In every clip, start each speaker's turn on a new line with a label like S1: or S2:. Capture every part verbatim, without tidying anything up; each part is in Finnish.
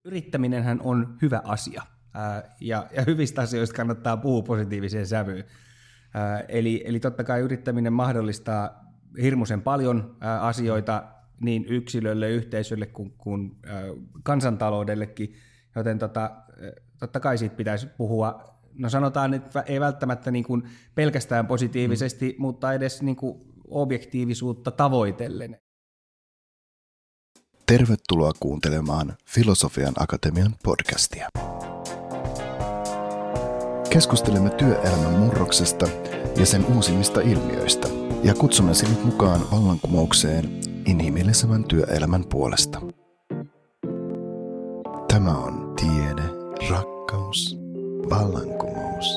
S1: Yrittäminenhän on hyvä asia, ää, ja, ja hyvistä asioista kannattaa puhua positiiviseen sävyyn. Ää, eli, eli totta kai yrittäminen mahdollistaa hirmuisen paljon ää, asioita niin yksilölle, yhteisölle kuin, kuin ää, kansantaloudellekin, joten tota, totta kai siitä pitäisi puhua, no sanotaan, että ei välttämättä niin kuin pelkästään positiivisesti, mm. mutta edes niin kuin objektiivisuutta tavoitellen.
S2: Tervetuloa kuuntelemaan Filosofian Akatemian podcastia. Keskustelemme työelämän murroksesta ja sen uusimmista ilmiöistä ja kutsumme sinut mukaan vallankumoukseen inhimillisemmän työelämän puolesta. Tämä on tiede, rakkaus, vallankumous.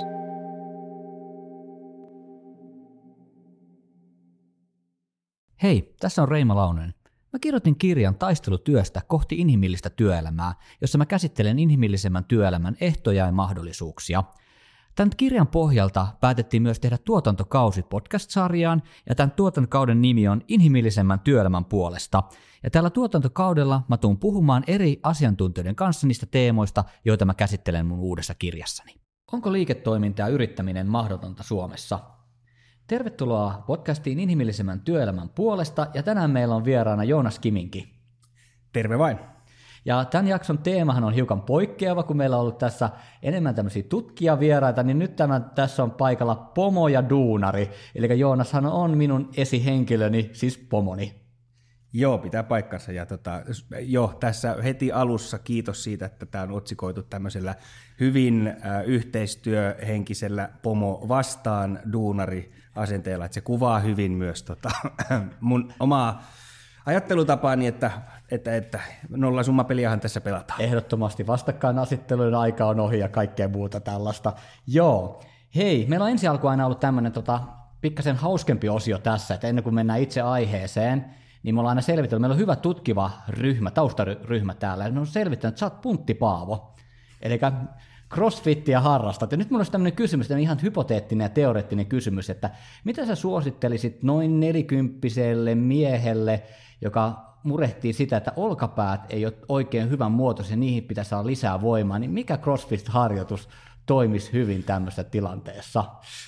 S3: Hei, tässä on Reima Launonen. Mä kirjoitin kirjan taistelutyöstä kohti inhimillistä työelämää, jossa mä käsittelen inhimillisemmän työelämän ehtoja ja mahdollisuuksia. Tämän kirjan pohjalta päätettiin myös tehdä tuotantokausi podcast-sarjaan, ja tämän tuotantokauden nimi on Inhimillisemmän työelämän puolesta. Ja tällä tuotantokaudella mä tuun puhumaan eri asiantuntijoiden kanssa niistä teemoista, joita mä käsittelen mun uudessa kirjassani. Onko liiketoiminta ja yrittäminen mahdotonta Suomessa? Tervetuloa podcastiin Inhimillisemmän työelämän puolesta, ja tänään meillä on vieraana Joonas Kiminki.
S1: Terve vain.
S3: Ja tämän jakson teemahan on hiukan poikkeava, kun meillä on ollut tässä enemmän tämmöisiä tutkijavieraita, niin nyt tämä, tässä on paikalla pomo ja duunari. Eli Joonashan on minun esihenkilöni, siis pomoni.
S1: Joo, pitää paikkansa. Ja tota, jo tässä heti alussa kiitos siitä, että tämä on otsikoitu tämmöisellä hyvin äh, yhteistyöhenkisellä pomo vastaan duunari asenteella, että se kuvaa hyvin myös tota, mun omaa ajattelutapaani, että, että, että nollasummapeliähän tässä pelataan.
S3: Ehdottomasti vastakkainasettelujen aika on ohi ja kaikkea muuta tällaista. Joo, hei, meillä on ensi alkuun aina ollut tämmöinen tota, pikkasen hauskempi osio tässä, että ennen kuin mennään itse aiheeseen, niin me ollaan aina selvitellyt, meillä on hyvä tutkiva ryhmä, taustaryhmä täällä, ja me on selvittänyt, että sä oot Puntti Paavo, eli crossfittiä harrastat. Ja nyt mulla olisi tämmöinen kysymys, tämmöinen ihan hypoteettinen ja teoreettinen kysymys, että mitä sä suosittelisit noin nelikymppiselle miehelle, joka murehtii sitä, että olkapäät ei ole oikein hyvän muotoisia, niihin pitäisi saada lisää voimaa, niin mikä crossfit-harjoitus toimisi hyvin tämmöisessä tilanteessa?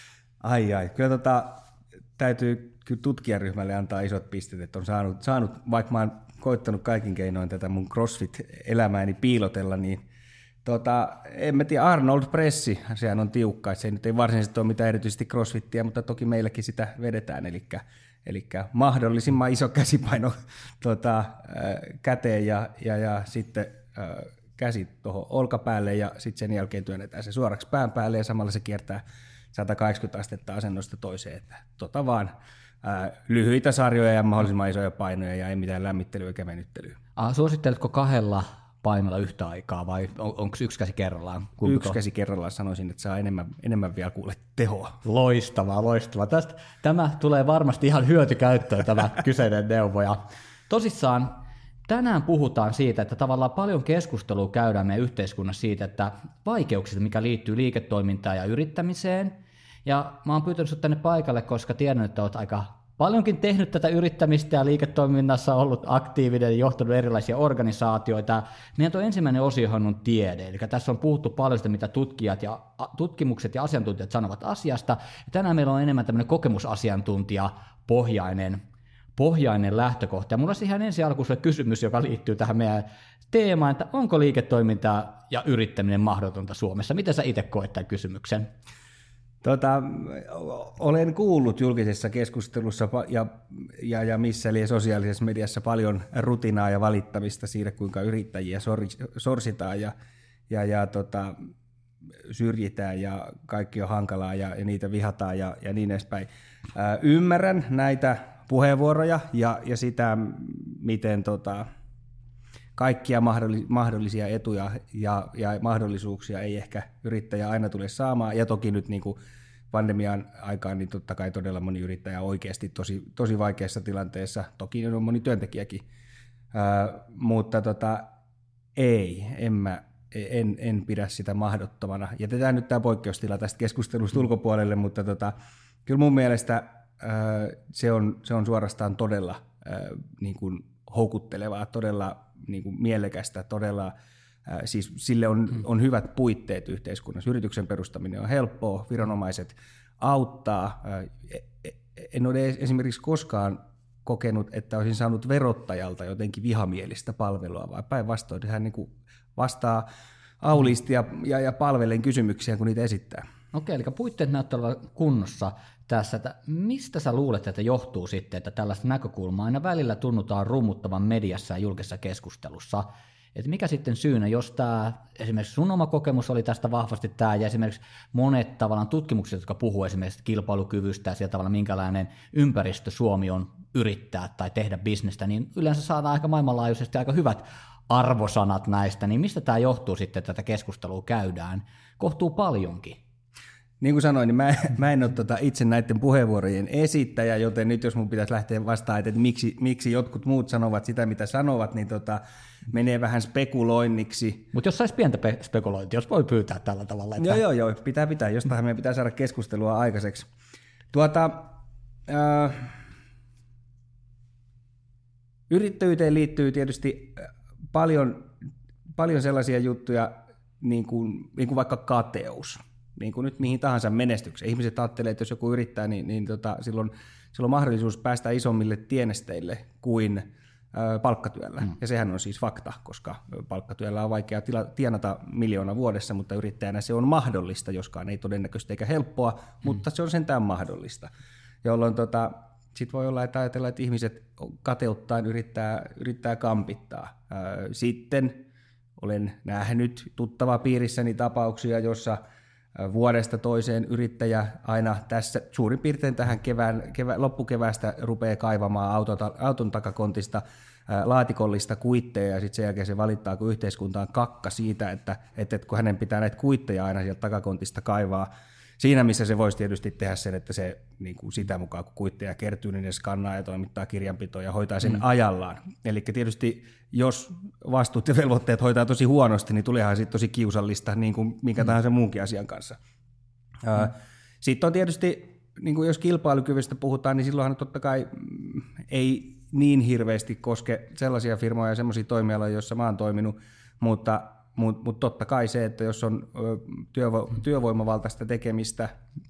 S1: Ai ai, kyllä tota, täytyy kyllä tutkijaryhmälle antaa isot pisteet, että on saanut, saanut, vaikka mä oon koittanut kaikin keinoin tätä mun crossfit-elämääni piilotella, niin tota, en mä tiedä, Arnold Pressi, sehän on tiukka, se ei nyt ei varsinaisesti ole mitään erityisesti crossfittiä, mutta toki meilläkin sitä vedetään, eli, eli mahdollisimman iso käsipaino tota, äh, käteen ja, ja, ja sitten äh, käsi tuohon olkapäälle ja sitten sen jälkeen työnnetään se suoraksi pään päälle ja samalla se kiertää sata kahdeksankymmentä astetta asennosta toiseen, että tota vaan ää, lyhyitä sarjoja ja mahdollisimman isoja painoja ja ei mitään lämmittelyä eikä venyttelyä.
S3: Ah, suositteletko kahdella painolla yhtä aikaa vai on, onko yksi käsi kerrallaan?
S1: Kuinka yksi käsi kerrallaan sanoisin, että saa enemmän, enemmän vielä kuule tehoa.
S3: Loistavaa, loistavaa. Tästä, tämä tulee varmasti ihan hyötykäyttöön tämä kyseinen neuvo. Ja tosissaan tänään puhutaan siitä, että tavallaan paljon keskustelua käydään meidän yhteiskunnassa siitä, että vaikeuksista, mikä liittyy liiketoimintaan ja yrittämiseen. Ja mä oon pyytänyt sut tänne paikalle, koska tiedän, että oot aika paljonkin tehnyt tätä yrittämistä ja liiketoiminnassa ollut aktiivinen ja johtanut erilaisia organisaatioita. Meidän tuo ensimmäinen osiohan on tiede, eli tässä on puhuttu paljon sitä, mitä tutkijat ja tutkimukset ja asiantuntijat sanovat asiasta. Ja tänään meillä on enemmän tämmöinen kokemusasiantuntijapohjainen pohjainen lähtökohta. Ja mulla olisi ihan ensi alkuun kysymys, joka liittyy tähän meidän teemaan, että onko liiketoiminta ja yrittäminen mahdotonta Suomessa? Miten sä itse koet tämän kysymyksen?
S1: Tota, olen kuullut julkisessa keskustelussa ja, ja, ja missä eli sosiaalisessa mediassa paljon rutinaa ja valittamista siitä, kuinka yrittäjiä sor, sorsitaan ja, ja, ja tota, syrjitään ja kaikki on hankalaa ja, ja niitä vihataan ja, ja niin edespäin. Ää, ymmärrän näitä puheenvuoroja ja, ja sitä, miten tota, kaikkia mahdollisia etuja ja, ja mahdollisuuksia ei ehkä yrittäjä aina tule saamaan. Ja toki nyt niin kuin pandemian aikaan niin totta kai todella moni yrittäjä on oikeasti tosi, tosi vaikeassa tilanteessa. Toki on moni työntekijäkin, Ää, mutta tota, ei, en, mä, en, en pidä sitä mahdottomana. Jätetään nyt tämä poikkeustila tästä keskustelusta ulkopuolelle, mutta tota, kyllä mun mielestä Se on, se on suorastaan todella äh, niin kuin houkuttelevaa, todella niin kuin mielekästä, todella Siis sille on, on hyvät puitteet yhteiskunnassa. Yrityksen perustaminen on helppoa, viranomaiset auttaa. En ole esimerkiksi koskaan kokenut, että olisin saanut verottajalta jotenkin vihamielistä palvelua, vaan päinvastoin hän niin kuin vastaa auliisti ja, ja, ja palvelen kysymyksiä, kun niitä esittää.
S3: Okei, eli puitteet näyttävät kunnossa tässä, että mistä sä luulet, että johtuu sitten, että tällaista näkökulmaa aina välillä tunnutaan rummuttavan mediassa ja julkisessa keskustelussa, että mikä sitten syynä, jos tämä, esimerkiksi sun oma kokemus oli tästä vahvasti tämä, ja esimerkiksi monet tavallaan tutkimukset, jotka puhuu esimerkiksi kilpailukyvystä ja sieltä tavallaan minkälainen ympäristö Suomi on yrittää tai tehdä bisnestä, niin yleensä saadaan aika maailmanlaajuisesti aika hyvät arvosanat näistä, niin mistä tämä johtuu sitten, että tätä keskustelua käydään? Kohtuu paljonkin.
S1: Niin kuin sanoin, niin mä, mä en ole tota itse näiden puheenvuorojen esittäjä, joten nyt jos mun pitäisi lähteä vastaan, että miksi, miksi jotkut muut sanovat sitä, mitä sanovat, niin tota, menee vähän spekuloinniksi.
S3: Mutta jos saisi pientä pe- spekulointia, jos voi pyytää tällä tavalla. Että...
S1: Joo, joo, joo, pitää pitää, jostain meidän pitää saada keskustelua aikaiseksi. Tuota, äh, yrittäjyyteen liittyy tietysti paljon, paljon sellaisia juttuja, niin kuin, niin kuin vaikka kateus. Niin kuin nyt mihin tahansa menestykseen. Ihmiset ajattelee, että jos joku yrittää, niin, niin tota, silloin, silloin on mahdollisuus päästä isommille tienesteille kuin ö, palkkatyöllä. Mm. Ja sehän on siis fakta, koska palkkatyöllä on vaikea tila, tienata miljoona vuodessa, mutta yrittäjänä se on mahdollista, joskaan ei todennäköisesti eikä helppoa, mm. mutta se on sentään mahdollista. Jolloin tota, sitten voi olla, että ajatellaan, että ihmiset kateuttaan yrittää, yrittää kampittaa. Ö, sitten olen nähnyt tuttava piirissäni tapauksia, jossa vuodesta toiseen yrittäjä aina tässä suurin piirtein tähän kevään, kevään, loppukeväästä rupeaa kaivamaan auton, auton takakontista ää, laatikollista kuitteja ja sitten sen jälkeen se valittaa, kun yhteiskunta on kakka siitä, että, että kun hänen pitää näitä kuitteja aina sieltä takakontista kaivaa. Siinä missä se voisi tietysti tehdä sen, että se niin kuin sitä mukaan kun kuitteja kertyy, niin ne skannaa ja toimittaa kirjanpitoa ja hoitaa sen mm. ajallaan. Eli tietysti jos vastuut ja velvoitteet hoitaa tosi huonosti, niin tuleehan sitten tosi kiusallista niin kuin minkä tahansa mm. muunkin asian kanssa. Mm. Sitten on tietysti, niin kuin jos kilpailukyvystä puhutaan, niin silloinhan totta kai ei niin hirveästi koske sellaisia firmoja ja sellaisia toimialoja, joissa mä oon toiminut, mutta Mutta mut totta kai se, että jos on työvo- työvoimavaltaista tekemistä,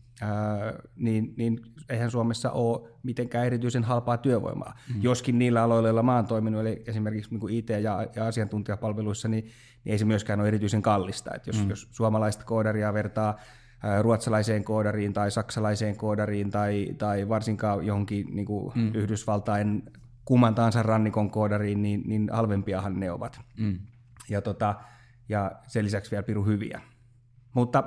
S1: ää, niin, niin eihän Suomessa ole mitenkään erityisen halpaa työvoimaa. Mm. Joskin niillä aloilla, joilla mä oon toiminut, eli esimerkiksi niin kuin I T- ja, ja asiantuntijapalveluissa, niin, niin ei se myöskään ole erityisen kallista. Et jos, mm. jos suomalaista koodaria vertaa ää, ruotsalaiseen koodariin tai saksalaiseen koodariin tai, tai varsinkaan johonkin niin kuin mm. Yhdysvaltain kumman tahansa rannikon koodariin, niin, niin halvempiahan ne ovat. Mm. Ja tota... ja sen lisäksi vielä pirun hyviä. Mutta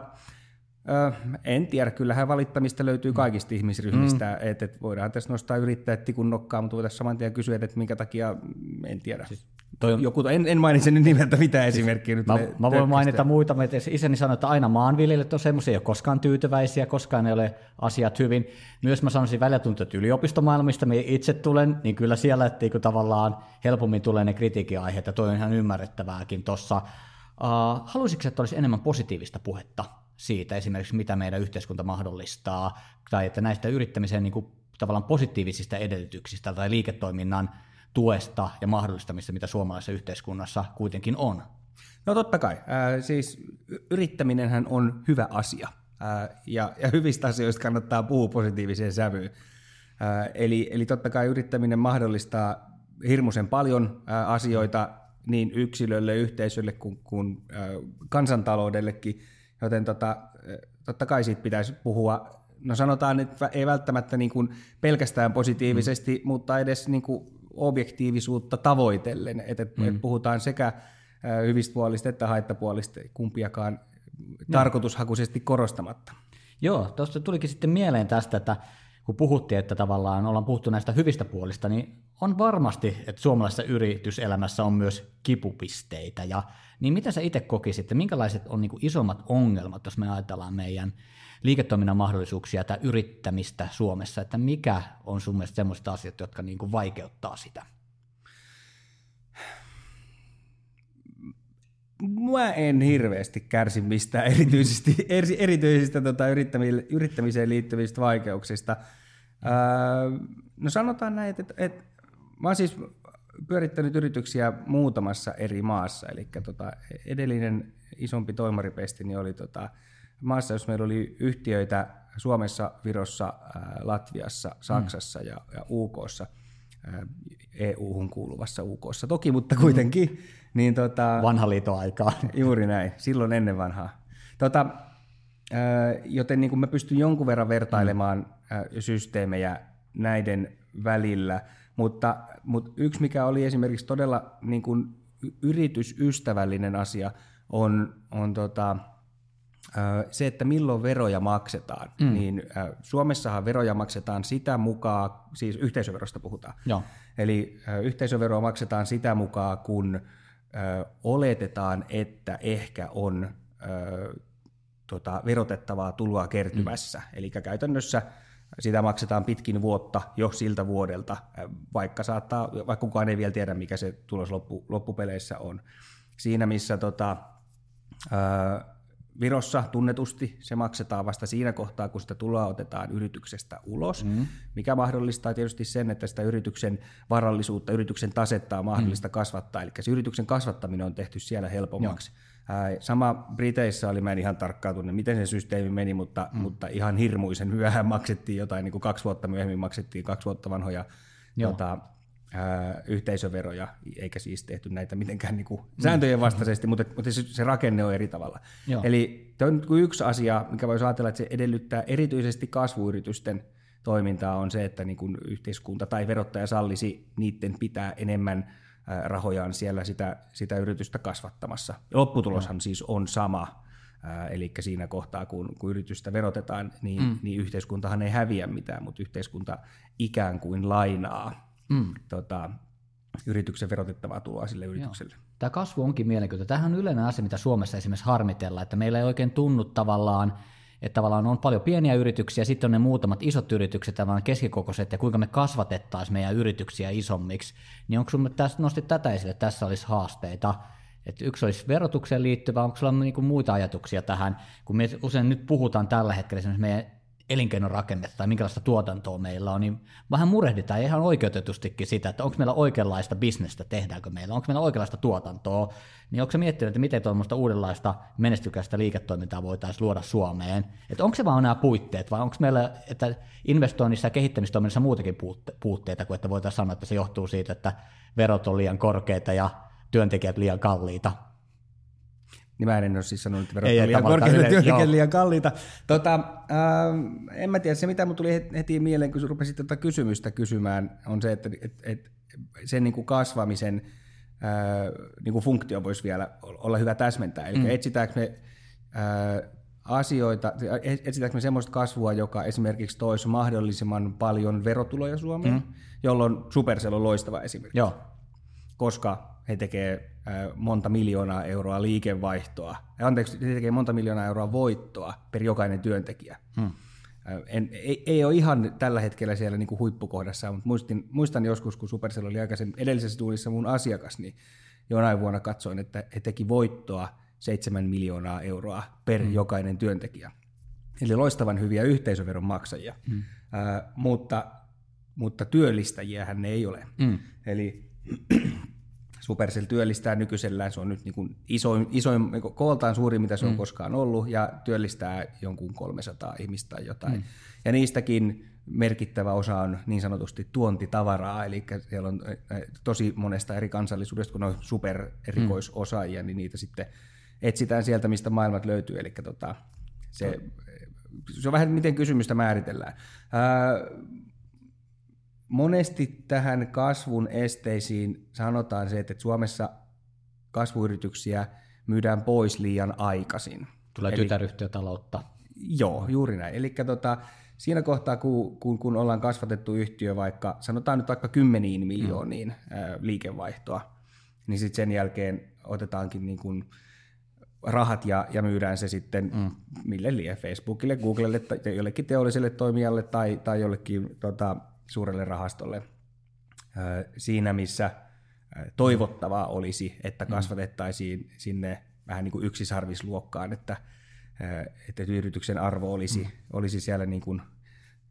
S1: ö, en tiedä, kyllähän valittamista löytyy kaikista ihmisryhmistä, mm. että et voidaan tässä nostaa yrittäjät tikun nokkaa, mutta voitaisiin saman tien kysyä, että minkä takia, en tiedä. Siis on... Joku, en, en mainitse nyt nimeltä mitään siis esimerkkiä. Nyt
S3: mä, mä voin mainita muita, että isäni sanoi, että aina maanviljelijät on semmoisia, ei ole koskaan tyytyväisiä, koskaan ei ole asiat hyvin. Myös mä sanoisin välillä tuntuu, että yliopistomaailmista minä itse tulen, niin kyllä siellä että tavallaan helpommin tulee ne kritiikin aiheet, ja toi on ihan ymmärrettävääkin tuossa. Uh, haluaisitko, että olisi enemmän positiivista puhetta siitä esimerkiksi, mitä meidän yhteiskunta mahdollistaa, tai että näistä yrittämisen niin kuin, tavallaan positiivisista edellytyksistä tai liiketoiminnan tuesta ja mahdollistamista, mitä suomalaisessa yhteiskunnassa kuitenkin on?
S1: No totta kai. Äh, siis yrittäminenhän on hyvä asia, äh, ja, ja hyvistä asioista kannattaa puhua positiiviseen sävyyn. Äh, eli, eli totta kai yrittäminen mahdollistaa hirmuisen paljon äh, asioita, niin yksilölle, yhteisölle kuin, kuin äh, kansantaloudellekin, joten tota, totta kai siitä pitäisi puhua, no sanotaan, että ei välttämättä niin kuin pelkästään positiivisesti, mm. mutta edes niin kuin objektiivisuutta tavoitellen, että mm. et puhutaan sekä äh, hyvistä puolista että haittapuolista, kumpiakaan no. tarkoitushakuisesti korostamatta.
S3: Joo, tuosta tulikin sitten mieleen tästä, että kun puhuttiin, että tavallaan ollaan puhuttu näistä hyvistä puolista, niin on varmasti, että suomalaisessa yrityselämässä on myös kipupisteitä. Ja, niin mitä sä itse kokisit, että minkälaiset on niin kuin isommat ongelmat, jos me ajatellaan meidän liiketoiminnan mahdollisuuksia tai yrittämistä Suomessa, että mikä on sun mielestä sellaiset asiat, jotka niin kuin vaikeuttaa sitä?
S1: Mä en hirveästi kärsi mistään erityisesti, erityisistä tota, yrittämiseen liittyvistä vaikeuksista. Öö, no sanotaan näin, että, että mä oon siis pyörittänyt yrityksiä muutamassa eri maassa, eli tota, edellinen isompi toimaripesti niin oli tota, maassa, jos meillä oli yhtiöitä Suomessa, Virossa, ää, Latviassa, Saksassa mm. ja, ja U K:ssa, ää, E U-hun kuuluvassa U K:ssa toki, mutta kuitenkin. Mm. Niin, tota,
S3: vanha liiton aikaa.
S1: Juuri näin, silloin ennen vanhaa. Tota, ää, joten niin kuin mä pystyn jonkun verran vertailemaan mm. systeemejä näiden välillä, mutta, mutta yksi mikä oli esimerkiksi todella niin kuin yritysystävällinen asia on, on tota, se, että milloin veroja maksetaan. Mm. Niin, Suomessahan veroja maksetaan sitä mukaan, siis yhteisöverosta puhutaan.
S3: Joo.
S1: Eli yhteisöveroa maksetaan sitä mukaan, kun oletetaan, että ehkä on tota, verotettavaa tuloa kertymässä. Mm. Eli käytännössä sitä maksetaan pitkin vuotta jo siltä vuodelta, vaikka, saattaa, vaikka kukaan ei vielä tiedä, mikä se tulos loppu, loppupeleissä on. Siinä missä tota, ää, Virossa tunnetusti se maksetaan vasta siinä kohtaa, kun sitä tuloa otetaan yrityksestä ulos, mm. mikä mahdollistaa tietysti sen, että sitä yrityksen varallisuutta, yrityksen tasetta on mahdollista mm. kasvattaa. Eli se yrityksen kasvattaminen on tehty siellä helpommaksi. Joo. Sama Briteissä oli, mä en ihan tarkkaan tunne, miten se systeemi meni, mutta, mm. mutta ihan hirmuisen myöhään maksettiin jotain, niin kuin kaksi vuotta myöhemmin maksettiin kaksi vuotta vanhoja tota, ää, yhteisöveroja, eikä siis tehty näitä mitenkään niin kuin sääntöjen vastaisesti, mm. mutta, mutta se, se rakenne on eri tavalla. Joo. Eli tämä on yksi asia, mikä voisi ajatella, että se edellyttää erityisesti kasvuyritysten toimintaa, on se, että niin kuin yhteiskunta tai verottaja sallisi niiden pitää enemmän rahojaan siellä sitä, sitä yritystä kasvattamassa. Lopputuloshan no. siis on sama, ää, eli siinä kohtaa, kun, kun yritystä verotetaan, niin, mm. niin yhteiskuntahan ei häviä mitään, mutta yhteiskunta ikään kuin lainaa mm. tota, yrityksen verotettavaa tuloa sille yritykselle. Joo.
S3: Tämä kasvu onkin mielenkiintoista. Tämähän on yleinen asia, mitä Suomessa esimerkiksi harmitellaan, että meillä ei oikein tunnu tavallaan, että tavallaan on paljon pieniä yrityksiä, sitten on ne muutamat isot yritykset, tavallaan keskikokoiset, ja kuinka me kasvatettaisiin meidän yrityksiä isommiksi, niin onko sinulla, tässä nostit tätä esille, että tässä olisi haasteita, että yksi olisi verotukseen liittyvä, onko sinulla niinku muita ajatuksia tähän, kun me usein nyt puhutaan tällä hetkellä esimerkiksi meidän elinkeinorakennetta tai minkälaista tuotantoa meillä on, niin vähän murehditaan ihan oikeutetustikin sitä, että onko meillä oikeanlaista bisnestä, tehdäänkö meillä, onko meillä oikeanlaista tuotantoa, niin onko se miettinyt, että miten tuommoista uudenlaista menestykästä liiketoimintaa voitaisiin luoda Suomeen, että onko se vaan nämä puitteet, vai onko meillä, että investoinnissa ja kehittämistoiminnassa muutakin puutteita, kuin että voitaisiin sanoa, että se johtuu siitä, että verot on liian korkeita ja työntekijät liian kalliita.
S1: Niin mä en ole siis sanonut, että verot on liian korkeita, työntekijät liian kalliita. Tota, äh, en mä tiedä, se mitä mun tuli heti mieleen, kun rupesit tätä kysymystä kysymään, on se, että et, et sen niin kuin kasvamisen äh, niin kuin funktio voisi vielä olla hyvä täsmentää. Eli mm. etsitäänkö me äh, asioita, etsitäänkö me semmoista kasvua, joka esimerkiksi toisi mahdollisimman paljon verotuloja Suomeen, mm. jolloin Supercell on loistava esimerkki.
S3: Joo.
S1: Koska he tekee monta miljoonaa euroa liikevaihtoa, anteeksi, he tekee monta miljoonaa euroa voittoa per jokainen työntekijä. Hmm. En, ei, ei ole ihan tällä hetkellä siellä niin kuin huippukohdassa, mutta muistin, muistan joskus, kun Supercell oli aikaisemmin edellisessä tuulissa mun asiakas, niin jonain vuonna katsoin, että he teki voittoa seitsemän miljoonaa euroa per hmm. jokainen työntekijä. Eli loistavan hyviä yhteisöveron maksajia, hmm. äh, mutta, mutta työllistäjiähän ne ei ole. Hmm. Eli Supercell työllistää nykyisellään, se on nyt niin kuin isoin, isoin, kooltaan suurin, mitä se on mm. koskaan ollut, ja työllistää jonkun kolmesataa ihmistä tai jotain. Mm. Ja niistäkin merkittävä osa on niin sanotusti tuontitavaraa, eli siellä on tosi monesta eri kansallisuudesta, kun on supererikoisosaajia, mm. niin niitä sitten etsitään sieltä, mistä maailmat löytyy. Eli tota, se, se on vähän miten kysymystä määritellään. Ää, Monesti tähän kasvun esteisiin sanotaan se, että Suomessa kasvuyrityksiä myydään pois liian aikaisin.
S3: Tulee Eli, tytäryhtiötaloutta.
S1: Joo, juuri näin. Eli tota, siinä kohtaa, kun, kun, kun ollaan kasvatettu yhtiö vaikka, sanotaan nyt vaikka kymmeniin miljooniin mm. ää, liikevaihtoa, niin sitten sen jälkeen otetaankin niin kuin rahat ja, ja myydään se sitten mm. mille liian, Facebookille, Googlelle tai jollekin teolliselle toimijalle tai, tai jollekin tota, suurelle rahastolle siinä, missä toivottavaa olisi, että kasvatettaisiin sinne vähän niin kuin yksisarvisluokkaan, että, että yrityksen arvo olisi, mm. olisi siellä niin kuin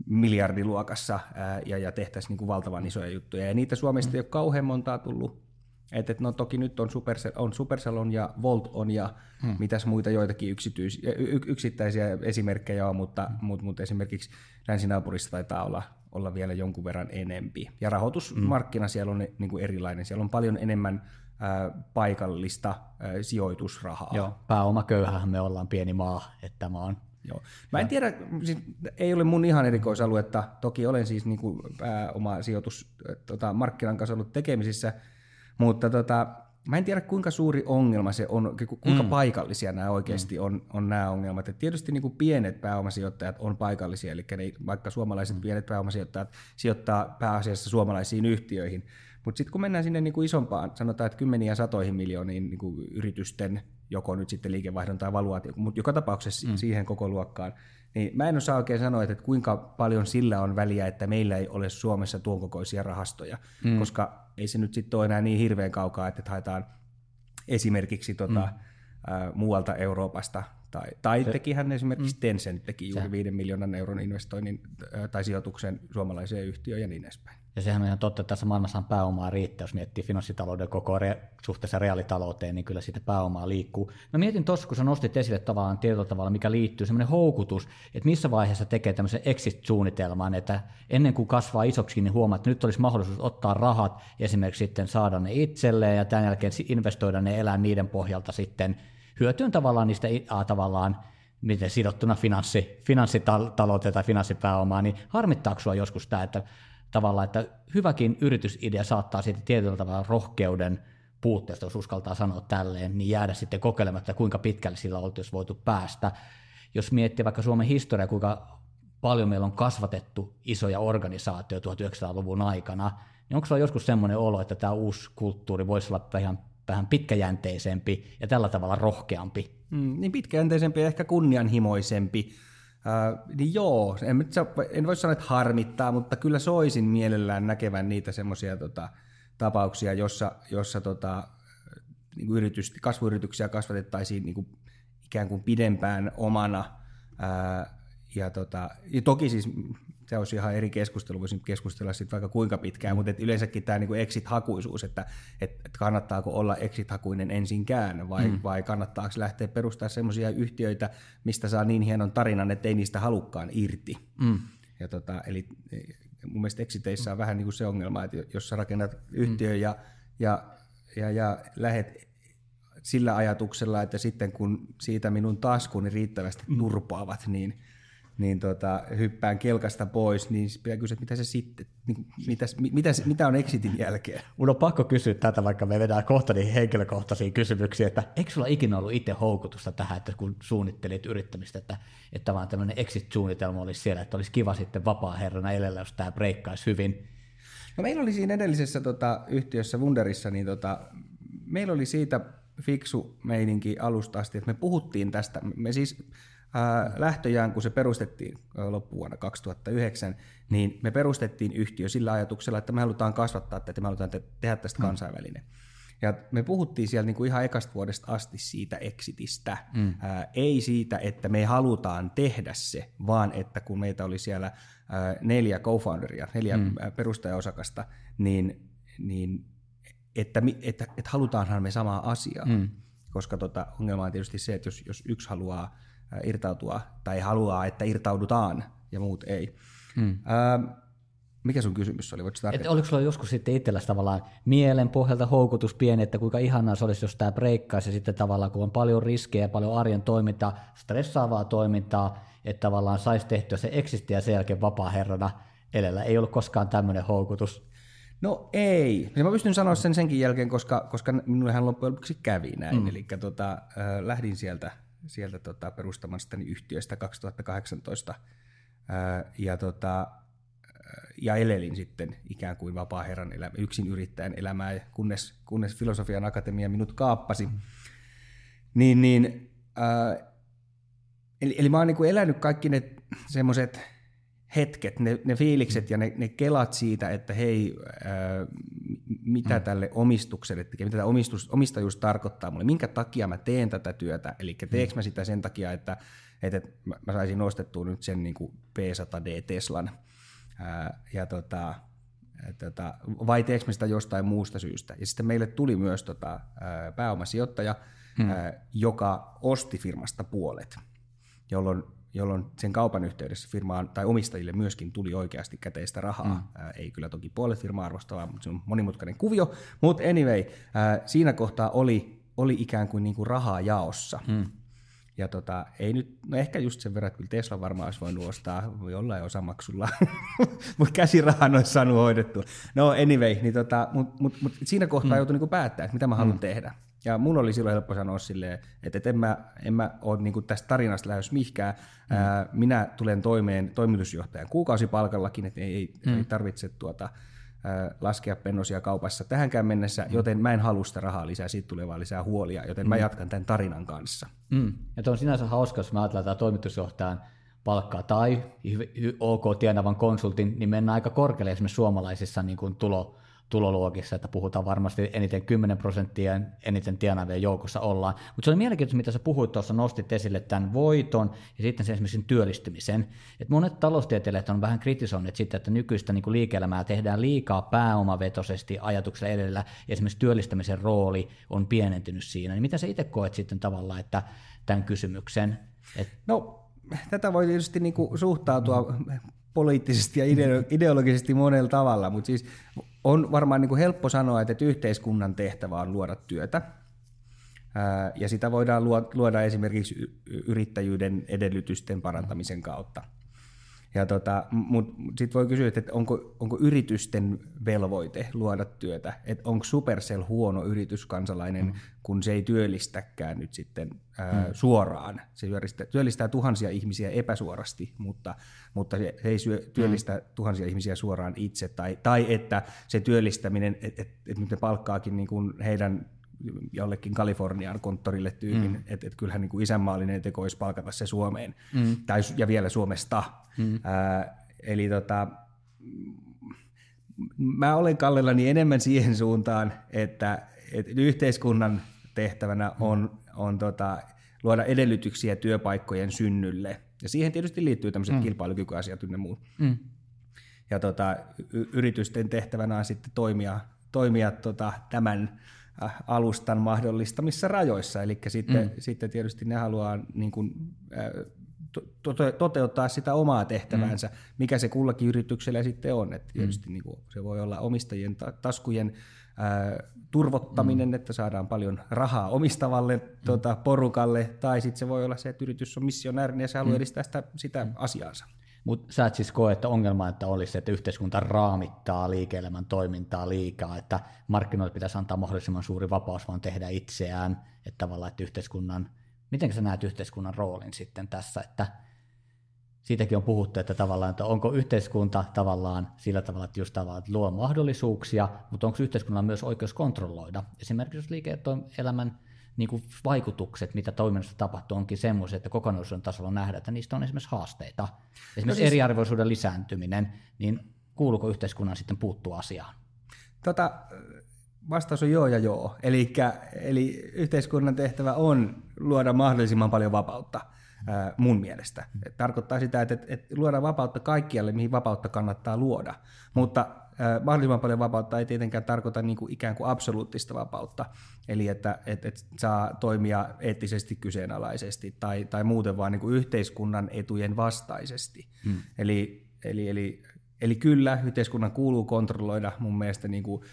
S1: miljardiluokassa ää, ja, ja tehtäisiin niin kuin valtavan isoja juttuja. Ja niitä Suomesta mm. ei ole kauhean montaa tullut. Et, et, no toki nyt on, Supercell, on Supercell on ja Volt on ja hmm. mitäs muita joitakin yksityis, y, yksittäisiä esimerkkejä on, mutta, hmm. mut, mut esimerkiksi länsinaapurissa taitaa olla, olla vielä jonkun verran enempi. Ja rahoitusmarkkina hmm. siellä on niin kuin erilainen. Siellä on paljon enemmän ää, paikallista ää, sijoitusrahaa.
S3: Joo, pääomaköyhähän me ollaan pieni maa, että tämä on.
S1: Joo. Mä en tiedä, siis ei ole mun ihan erikoisaluetta. Toki olen siis niin kuin pääoma sijoitus tota, markkinan kanssa ollut tekemisissä, mutta tota, mä en tiedä, kuinka suuri ongelma se on, kuinka mm. paikallisia nämä oikeasti mm. on, on nämä ongelmat. Et tietysti niin kuin pienet pääomasijoittajat on paikallisia, eli ne, vaikka suomalaiset mm. pienet pääomasijoittajat sijoittaa pääasiassa suomalaisiin yhtiöihin. Mutta sitten kun mennään sinne niin kuin isompaan, sanotaan, että kymmeniin ja satoihin miljooniin niin kuin yritysten, joko nyt sitten liikevaihdon tai valuaatio, mutta joka tapauksessa mm. siihen koko luokkaan, niin mä en osaa oikein sanoa, että kuinka paljon sillä on väliä, että meillä ei ole Suomessa tuon kokoisia rahastoja, mm. koska ei se nyt sitten ole enää niin hirveän kaukaa, että haetaan esimerkiksi tota, mm. ä, muualta Euroopasta, tai, tai se, tekihän esimerkiksi mm. Tencent teki juuri se. viiden miljoonan euron investoinnin ä, tai sijoituksen suomalaiseen yhtiöön ja niin edespäin.
S3: Ja sehän on ihan totta, että tässä maailmassa pääomaa riittää, jos miettii finanssitalouden koko re- suhteessa reaalitalouteen, niin kyllä siitä pääomaa liikkuu. Mä mietin tuossa, kun sä nostit esille tavallaan tietyllä tavalla, mikä liittyy, semmoinen houkutus, että missä vaiheessa tekee tämmöisen exit-suunnitelman, että ennen kuin kasvaa isoksi, niin huomaa, että nyt olisi mahdollisuus ottaa rahat, esimerkiksi sitten saada ne itselleen ja tämän jälkeen investoida ne, elää niiden pohjalta sitten hyötyen tavallaan niistä a, tavallaan, miten sidottuna finanssi, finanssitalouteen tai finanssipääomaan, niin harmittaako sua joskus tämä, että tavallaan, että hyväkin yritysidea saattaa sitten tietyllä tavalla rohkeuden puutteesta, jos uskaltaa sanoa tälleen, niin jäädä sitten kokeilematta, kuinka pitkälle sillä oltaisiin voitu päästä. Jos miettii vaikka Suomen historiaa, kuinka paljon meillä on kasvatettu isoja organisaatioita tuhatyhdeksänsataaluvun aikana, niin onko sulla joskus semmoinen olo, että tämä uusi kulttuuri voisi olla vähän, vähän pitkäjänteisempi ja tällä tavalla rohkeampi?
S1: Mm, niin pitkäjänteisempi ja ehkä kunnianhimoisempi. Uh, niin joo, en, en voi sanoa, että harmittaa, mutta kyllä soisin mielellään näkevän niitä semmoisia tota, tapauksia, jossa, jossa tota, niin kuin yritys, kasvuyrityksiä kasvatettaisiin niin kuin ikään kuin pidempään omana. Uh, ja, tota, ja toki siis se olisi ihan eri keskustelu, voisin keskustella siitä vaikka kuinka pitkään, mutta et yleensäkin tämä niinku exit-hakuisuus, että et, et kannattaako olla exit-hakuinen ensinkään vai, mm. vai kannattaako lähteä perustamaan semmoisia yhtiöitä, mistä saa niin hienon tarinan, että ei niistä halukkaan irti. Mm. Ja tota, eli mun mielestä exiteissä on vähän niin kuin se ongelma, että jos sä rakennat yhtiön mm. ja, ja, ja, ja lähet sillä ajatuksella, että sitten kun siitä minun taskuni riittävästi turpaavat, niin niin tota, hyppään kelkasta pois, niin pitää kysyä, että mitä se sitten, niin, mitä, mitä, mitä on exitin jälkeen?
S3: Mun on pakko kysyä tätä, vaikka me vedään kohta niihin henkilökohtaisiin kysymyksiin, että eikö sulla ikinä ollut itse houkutusta tähän, että kun suunnittelit yrittämistä, että, että vaan tämmöinen exit-suunnitelma olisi siellä, että olisi kiva sitten vapaa-herrana elellä, jos tämä breikkaisi hyvin?
S1: No meillä oli siinä edellisessä tota, yhtiössä Wunderissa, niin tota, meillä oli siitä fiksu meininki alusta asti, että me puhuttiin tästä, me siis Ää, lähtöjään, kun se perustettiin loppuvuonna kaksituhattayhdeksän, niin me perustettiin yhtiö sillä ajatuksella, että me halutaan kasvattaa tätä, me halutaan te- tehdä tästä kansainvälinen. Ja me puhuttiin siellä niin kuin ihan ekasta vuodesta asti siitä exitistä. Mm. Ää, ei siitä, että me halutaan tehdä se, vaan että kun meitä oli siellä ää, neljä co-founderia, neljä mm. perustajaosakasta, niin, niin että, että, että halutaanhan me samaa asiaa. Mm. Koska tota, ongelma on tietysti se, että jos, jos yksi haluaa irtautua tai haluaa, että irtaudutaan ja muut ei. Hmm. Ää, mikä sun kysymys oli?
S3: Et oliko sulla joskus sitten itselläsi tavallaan mielen pohjalta houkutus pieni, että kuinka ihanaa se olisi, jos tämä breikkaisi ja sitten tavallaan kun on paljon riskejä, paljon arjen toimintaa, stressaavaa toimintaa, että tavallaan saisi tehtyä se exit ja sen jälkeen vapaa-herrana elellä. Ei ollut koskaan tämmöinen houkutus.
S1: No ei. Ja mä pystyn sanoa sen senkin jälkeen, koska, koska minullehan loppujen lopuksi kävi näin. Hmm. Eli tota, äh, lähdin sieltä sieltä tota, perustamastani yhtiöstä kaksituhattakahdeksantoista ää, ja, tota, ja elelin sitten ikään kuin vapaa-herran elämä, yksin yrittäjän elämää, kunnes, kunnes Filosofian Akatemia minut kaappasi. Mm. Niin, niin, ää, eli, eli mä oon niinku elänyt kaikki ne semmoiset hetket, ne, ne fiilikset ja ne, ne kelat siitä, että hei, ää, mitä mm. tälle omistukselle tekee, mitä tämä omistus, omistajuus tarkoittaa mulle, minkä takia mä teen tätä työtä, eli teekö mä sitä sen takia, että, että mä saisin nostettua nyt sen niin kuin P sata D Teslan, ää, ja tota, tota, vai teekö mä sitä jostain muusta syystä. Ja sitten meille tuli myös tota, ää, pääomasijoittaja, mm. ää, joka osti firmasta puolet, jolloin jolloin sen kaupan yhteydessä firmaan tai omistajille myöskin tuli oikeasti käteistä rahaa. Mm. Ää, ei kyllä toki puolet firmaa arvostavaa, mutta se on monimutkainen kuvio. Mutta anyway, ää, siinä kohtaa oli, oli ikään kuin, niin kuin rahaa jaossa. Mm. Ja tota, ei nyt, no ehkä just sen verran, että kyllä Tesla varmaan olisi voinut ostaa jollain osamaksulla, mutta käsirahan olisi saanut hoidettua. No anyway, niin tota, mutta mut, mut siinä kohtaa mm. joutui niin päättämään, että mitä mä haluan mm. tehdä. Ja mun oli silloin helppo sanoa silleen, että, että en mä, en mä ole niin tästä tarinasta lähes mihinkään. Mm. Ää, minä tulen toimeen toimitusjohtajan kuukausipalkallakin, että ei, ei, mm. ei tarvitse tuota, ää, laskea pennosia kaupassa tähänkään mennessä, mm. joten mä en halua sitä rahaa lisää, siitä tulee vaan lisää huolia, joten mm. mä jatkan tämän tarinan kanssa.
S3: Mm. Ja tuo on sinänsä hauska, jos mä ajatellaan tämä toimitusjohtajan palkkaa tai OK tienavan konsultin, niin mennään aika korkealle esimerkiksi suomalaisissa niin kuin tulo tuloluokissa, että puhutaan varmasti eniten kymmenen prosenttia eniten tienaavien joukossa ollaan. Mutta se oli mielenkiintoista, mitä sä puhuit tuossa, nostit esille tämän voiton ja sitten sen esimerkiksi työllistymisen. Et monet taloustieteilijät on vähän kritisoineet sitä, että nykyistä niin kuin liike-elämää tehdään liikaa pääomavetoisesti ajatuksella edellä, ja esimerkiksi työllistämisen rooli on pienentynyt siinä. Niin mitä sä itse koet sitten tavallaan, että tämän kysymyksen? Et...
S1: No, tätä voi tietysti niin kuin suhtautua poliittisesti ja ideologisesti monella tavalla, mutta siis on varmaan niin kuin helppo sanoa, että yhteiskunnan tehtävä on luoda työtä, ja sitä voidaan luoda esimerkiksi yrittäjyyden edellytysten parantamisen kautta. Ja tota, mutta sitten voi kysyä, että onko, onko yritysten velvoite luoda työtä, että onko Supercell huono yritys kansalainen, mm. kun se ei työllistäkään nyt sitten ää, mm. suoraan. Se työllistää, työllistää tuhansia ihmisiä epäsuorasti, mutta, mutta se ei syö, työllistä mm. tuhansia ihmisiä suoraan itse, tai, tai että se työllistäminen, että et, et nyt ne palkkaakin niin kuin heidän jollekin Kalifornian konttorille tyypin, mm. että et kyllähän niin kuin isänmaallinen teko olisi palkata se Suomeen, mm. tai, ja vielä Suomesta. Mm. Ää, eli tota, mä olen kallellani enemmän siihen suuntaan, että, että yhteiskunnan tehtävänä on, on tota, luoda edellytyksiä työpaikkojen synnylle, ja siihen tietysti liittyy tämmöiset mm. kilpailukykyasiat ynnä muut. Mm. Ja tota, y- yritysten tehtävänä on sitten toimia, toimia tota, tämän alustan mahdollistamissa rajoissa, eli sitten, mm. sitten tietysti ne haluaa niin kuin, to- toteuttaa sitä omaa tehtävänsä, mm. mikä se kullakin yrityksellä sitten on. Että tietysti mm. niin kuin, se voi olla omistajien ta- taskujen ää, turvottaminen, mm. että saadaan paljon rahaa omistavalle mm. tota, porukalle, tai sitten se voi olla se, että yritys on missionäärinen ja se haluaa mm. edistää sitä, sitä mm. asiaansa.
S3: Mutta sä et siis koe, että ongelma että olisi, että yhteiskunta raamittaa liike-elämän toimintaa liikaa, että markkinoille pitäisi antaa mahdollisimman suuri vapaus vaan tehdä itseään, että tavallaan, että yhteiskunnan, miten sä näet yhteiskunnan roolin sitten tässä, että siitäkin on puhuttu, että tavallaan, että onko yhteiskunta tavallaan sillä tavalla, että just tavallaan että luo mahdollisuuksia, mutta onko yhteiskunnalla myös oikeus kontrolloida, esimerkiksi jos liike-elämän niin kuin vaikutukset, mitä toiminnassa tapahtuu, onkin semmoisia, että kokonaisuuden tasolla nähdään, että niistä on esimerkiksi haasteita. Esimerkiksi no siis, eriarvoisuuden lisääntyminen, niin kuuluuko yhteiskunnan sitten puuttua asiaan? Tota,
S1: vastaus on joo ja joo. Elikkä, eli yhteiskunnan tehtävä on luoda mahdollisimman paljon vapautta ää, mun mielestä. Et tarkoittaa sitä, että, että luodaan vapautta kaikkialle, mihin vapautta kannattaa luoda, mutta mahdollisimman paljon vapautta ei tietenkään tarkoita niin kuin ikään kuin absoluuttista vapautta, eli että et, et saa toimia eettisesti kyseenalaisesti tai, tai muuten vaan niin kuin yhteiskunnan etujen vastaisesti. Hmm. Eli, eli, eli, eli kyllä yhteiskunnan kuuluu kontrolloida mun mielestä niin kuin,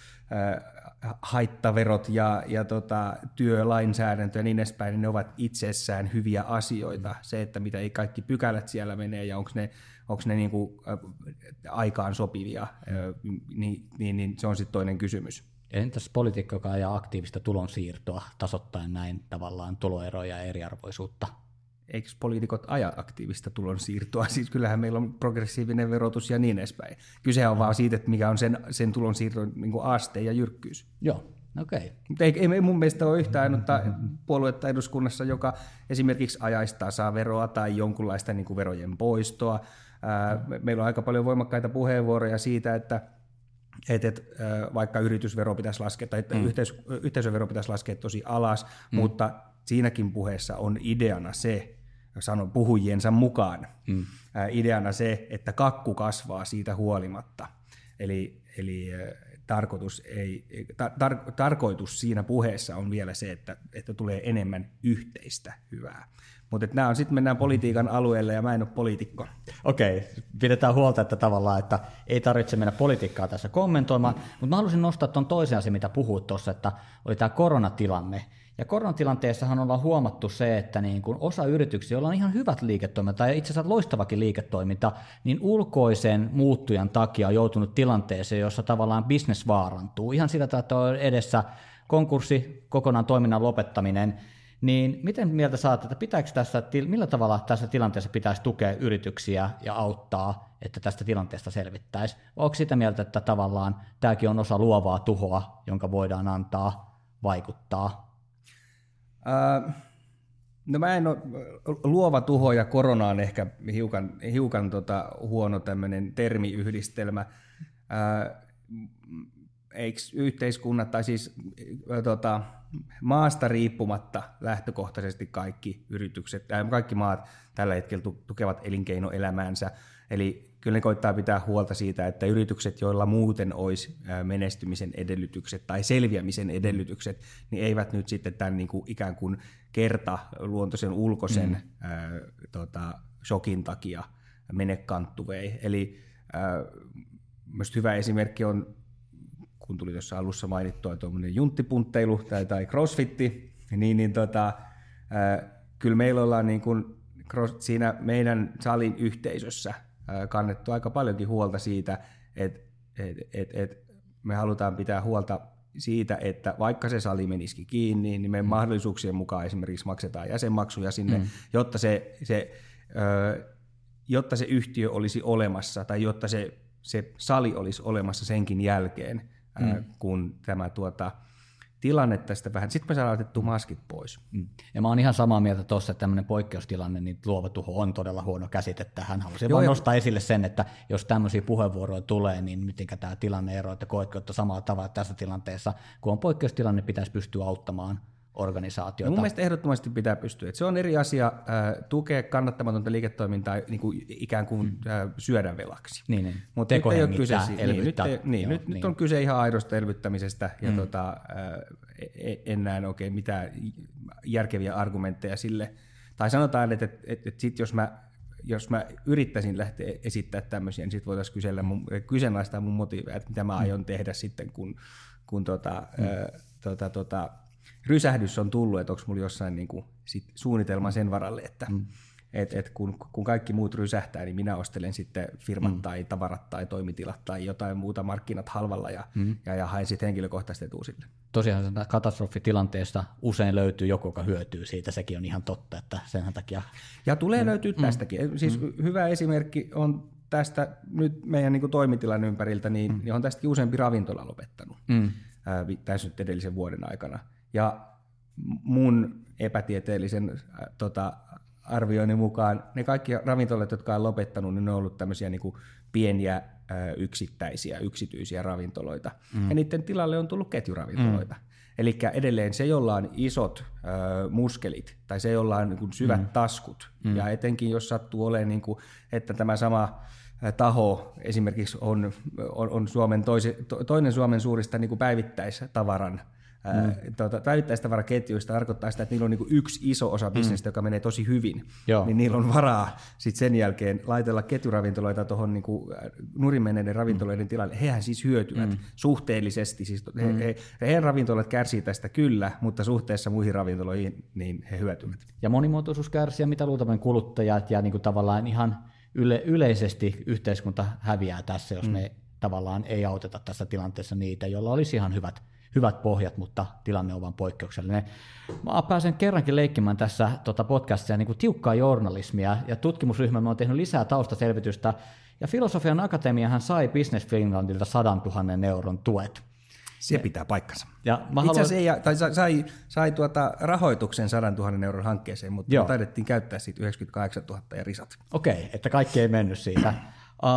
S1: äh, haittaverot ja, ja tota, työlainsäädäntö ja niin edespäin, niin ne ovat itsessään hyviä asioita. Se, että mitä ei kaikki pykälät siellä menee ja onko ne onko ne niin kuin aikaan sopivia, niin, niin, niin se on sitten toinen kysymys.
S3: Entäs poliitikko, joka ajaa aktiivista tulonsiirtoa tasoittaen näin tavallaan tuloeroja ja eriarvoisuutta?
S1: Eikö poliitikot aja aktiivista tulonsiirtoa? Siis kyllähän meillä on progressiivinen verotus ja niin edespäin. Kyse on vaan siitä, että mikä on sen, sen tulonsiirron niin kuin aste ja jyrkkyys.
S3: Joo. Okay.
S1: Mutta ei, ei mun mielestä ole yhtään ainutta puoluetta eduskunnassa, joka esimerkiksi ajaisi tasaveroa tai jonkunlaista niin kuin verojen poistoa. Ää, meillä on aika paljon voimakkaita puheenvuoroja siitä, että, että et, vaikka yritysvero pitäisi laskea tai mm. yhteis, yhteisövero pitäisi laskea tosi alas, mm. mutta siinäkin puheessa on ideana se, sanon puhujiensa mukaan, mm. ideana se, että kakku kasvaa siitä huolimatta. Eli, eli tarkoitus, ei, tar, tarkoitus siinä puheessa on vielä se, että, että tulee enemmän yhteistä hyvää. Mutta nämä on sitten mennään politiikan alueelle ja mä en ole poliitikko.
S3: Okei, pidetään huolta, että tavallaan, että ei tarvitse mennä politiikkaa tässä kommentoimaan, mutta mä haluaisin nostaa tuon toisen asian, mitä puhuit tuossa, että oli tämä koronatilanne. Ja koronatilanteessahan ollaan huomattu se, että niin kun osa yrityksiä, joilla on ihan hyvät liiketoiminta ja itse asiassa loistavakin liiketoiminta, niin ulkoisen muuttujan takia on joutunut tilanteeseen, jossa tavallaan business vaarantuu. Ihan sillä tavalla, että on edessä konkurssi, kokonaan toiminnan lopettaminen. Niin miten mieltä saat, että pitääkö tässä, millä tavalla tässä tilanteessa pitäisi tukea yrityksiä ja auttaa, että tästä tilanteesta selvittäisi? Vai onko sitä mieltä, että tavallaan tämäkin on osa luovaa tuhoa, jonka voidaan antaa vaikuttaa?
S1: Uh, no mä en ole, luova tuho ja korona on ehkä hiukan, hiukan tota huono tämmöinen termiyhdistelmä. Uh, eikö yhteiskunnat tai siis tota, maasta riippumatta lähtökohtaisesti kaikki yritykset, äh, kaikki maat tällä hetkellä tukevat elinkeinoelämäänsä, eli kyllä ne koittaa pitää huolta siitä, että yritykset, joilla muuten olisi menestymisen edellytykset tai selviämisen edellytykset, niin eivät nyt sitten tämän niin kuin ikään kuin kertaluontoisen ulkoisen mm. ää, tota, shokin takia mene kanttuvei. Eli ää, myös hyvä esimerkki on, kun tuli tuossa alussa mainittua tuommoinen junttipuntteilu tai, tai crossfitti, niin, niin tota, ää, kyllä meillä ollaan niin kuin cross, siinä meidän salin yhteisössä kannettu aika paljonkin huolta siitä, että et, et, et me halutaan pitää huolta siitä, että vaikka se sali menisikin kiinni, niin meidän mm. mahdollisuuksien mukaan esimerkiksi maksetaan jäsenmaksuja sinne, mm. jotta, se, se, ö, jotta se yhtiö olisi olemassa tai jotta se, se sali olisi olemassa senkin jälkeen, mm. ö, kun tämä tuota, tilanne tästä vähän. Sitten me saadaan otettu maskit pois.
S3: Mm. Ja mä oon ihan samaa mieltä tuossa, että tämmöinen poikkeustilanne, niin luova tuho on todella huono käsite tähän. Haluaisin vaan nostaa esille sen, että jos tämmöisiä puheenvuoroja tulee, niin mitenkä tämä tilanne eroaa, että koetko, että samalla tavalla tässä tilanteessa, kun on poikkeustilanne, pitäisi pystyä auttamaan organisaatioita.
S1: No mun mielestä ehdottomasti pitää pystyä. Että se on eri asia äh, tukea kannattamatonta liiketoimintaa niin kuin ikään kuin mm. äh, syödä velaksi.
S3: Niin, niin.
S1: Mutta nyt ei ole kyse siitä. Niin, nyt, ei, niin, Joo, nyt, niin. nyt on kyse ihan aidosta elvyttämisestä ja mm. tota, äh, en näe oikein mitään järkeviä argumentteja sille. Tai sanotaan, että, että, että, että sit jos mä jos mä yrittäisin lähteä esittämään tämmöisiä, niin sitten voitaisiin kysellä mun, kyseenalaistaa mun motiiveja, että mitä mä aion tehdä sitten, kun, kun tota, mm. äh, tota, tota, rysähdys on tullut, että onko mulla jossain niin kuin sit suunnitelma sen varalle, että mm. et, et kun, kun kaikki muut rysähtää, niin minä ostelen sitten firmat mm. tai tavarat tai toimitilat tai jotain muuta markkinat halvalla ja, mm. ja, ja haen sitten henkilökohtaisesti etua sille.
S3: Tosiaan katastrofitilanteesta usein löytyy joku, joka hyötyy siitä, sekin on ihan totta, että sen takia.
S1: Ja tulee mm. löytyä tästäkin. Mm. Siis mm. hyvä esimerkki on tästä nyt meidän niin kuin toimitilan ympäriltä, niin, mm. niin on tästäkin useampi ravintola lopettanut mm. ää, tässä nyt edellisen vuoden aikana. Ja mun epätieteellisen äh, tota, arvioinnin mukaan ne kaikki ravintolat, jotka on lopettanut, niin ne on ollut tämmöisiä niin kuin pieniä äh, yksittäisiä, yksityisiä ravintoloita. Mm. Ja niiden tilalle on tullut ketjuravintoloita. Mm. Eli edelleen se, jolla on isot äh, muskelit, tai se, jolla on niin kuin syvät mm. taskut, mm. ja etenkin jos sattuu olemaan, niin kuin, että tämä sama taho esimerkiksi on, on, on Suomen toise, to, toinen Suomen suurista niin kuin päivittäistavaran Mm. Tuota, päivittäistavaraketjuista tarkoittaa sitä, että niillä on niin kuin yksi iso osa bisnestä, mm. joka menee tosi hyvin, Joo. niin niillä on varaa sit sen jälkeen laitella ketjuravintoloita tuohon niin kuin nurin menneiden ravintoloiden mm. tilalle. Hehän siis hyötyvät mm. suhteellisesti. Siis he, mm. he, heidän ravintolat kärsii tästä kyllä, mutta suhteessa muihin ravintoloihin niin he hyötyvät.
S3: Ja monimuotoisuus kärsii, mitä luultavasti kuluttajat ja niin kuin tavallaan ihan yle, yleisesti yhteiskunta häviää tässä, jos mm. me tavallaan ei auteta tässä tilanteessa niitä, joilla olisi ihan hyvät hyvät pohjat, mutta tilanne on vaan poikkeuksellinen. Mä pääsen kerrankin leikkimään tässä tota podcastissa niin kuin tiukkaa journalismia, ja tutkimusryhmämme on tehnyt lisää taustaselvitystä, ja Filosofian Akatemiahan sai Business Finlandilta sadantuhannen euron tuet.
S1: Se pitää paikkansa.
S3: Ja mä
S1: Itse asiassa haluan... ei, tai sai, sai tuota rahoituksen sadantuhannen euron hankkeeseen, mutta Joo. taidettiin käyttää siitä yhdeksänkymmentäkahdeksantuhatta ja risat.
S3: Okei, että kaikki ei mennyt siitä. Uh,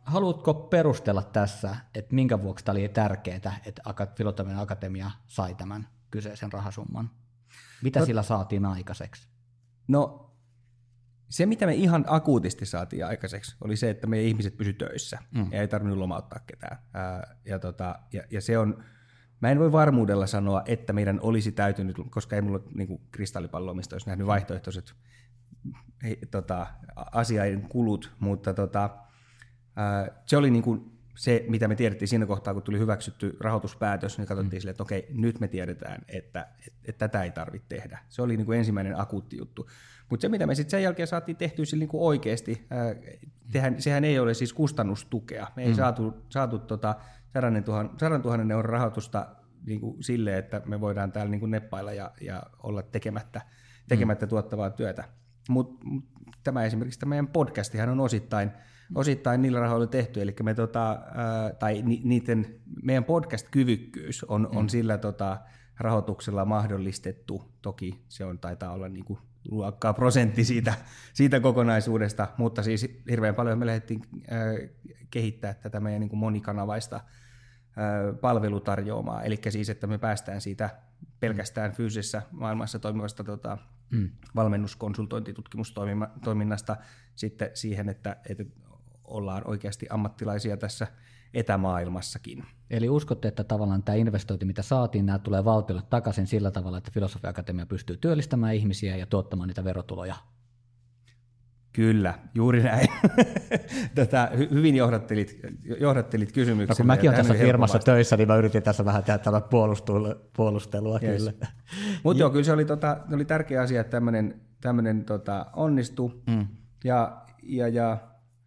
S3: haluatko perustella tässä, että minkä vuoksi tämä oli tärkeää, että Filosofian Akatemia sai tämän kyseisen rahasumman? Mitä no, sillä saatiin aikaiseksi?
S1: No se, mitä me ihan akuutisti saatiin aikaiseksi, oli se, että meidän ihmiset pysy töissä mm. ja ei tarvinnut lomauttaa ketään. Ää, ja, tota, ja, ja se on, mä en voi varmuudella sanoa, että meidän olisi täytynyt, koska ei mulla ole niin kuin kristallipalloa, mistä olisi nähnyt vaihtoehtoiset hei, tota, asiain kulut, mutta tota, ää, se oli niin kuin se, mitä me tiedettiin siinä kohtaa, kun tuli hyväksytty rahoituspäätös, niin katsottiin mm. sille, että okei, nyt me tiedetään, että, että, että tätä ei tarvitse tehdä. Se oli niin kuin ensimmäinen akuutti juttu. Mutta se, mitä me sitten sen jälkeen saatiin tehtyä sille niin kuin oikeasti, ää, tehän, sehän ei ole siis kustannustukea. Me ei mm. saatu, saatu tota sadan tuhannen euron rahoitusta niin kuin sille, että me voidaan täällä niin kuin neppailla ja, ja olla tekemättä, tekemättä mm. tuottavaa työtä. Mutta mut, tämä esimerkiksi tämä meidän podcastihan on osittain, osittain niillä rahoilla tehty, eli me tota, ää, tai ni, niiden, meidän podcast-kyvykkyys on, mm. on sillä tota, rahoituksella mahdollistettu. Toki se on, taitaa olla niin kuin luokkaa prosentti siitä, siitä kokonaisuudesta, mutta siis hirveän paljon me lähdettiin äh, kehittää tätä meidän niin kuin monikanavaista äh, palvelutarjoamaa, eli siis, että me päästään siitä pelkästään fyysisessä maailmassa toimivasta tota, mm. valmennuskonsultointitutkimustoiminnasta sitten siihen, että, että ollaan oikeasti ammattilaisia tässä etämaailmassakin.
S3: Eli uskotte, että tavallaan tämä investointi, mitä saatiin, nämä tulee valtiolle takaisin sillä tavalla, että Filosofian Akatemia pystyy työllistämään ihmisiä ja tuottamaan niitä verotuloja?
S1: Kyllä, juuri näin. Tätä hyvin johdattelit, johdattelit kysymyksen.
S3: No, kun mäkin olen tässä firmassa töissä, niin mä yritin tässä vähän tehdä tällä puolustelua. Yes. Kyllä.
S1: Mutta joo, kyllä se oli, tota, oli tärkeä asia, että tämmöinen, tämmöinen tota, onnistui. Mm. Ja, ja, ja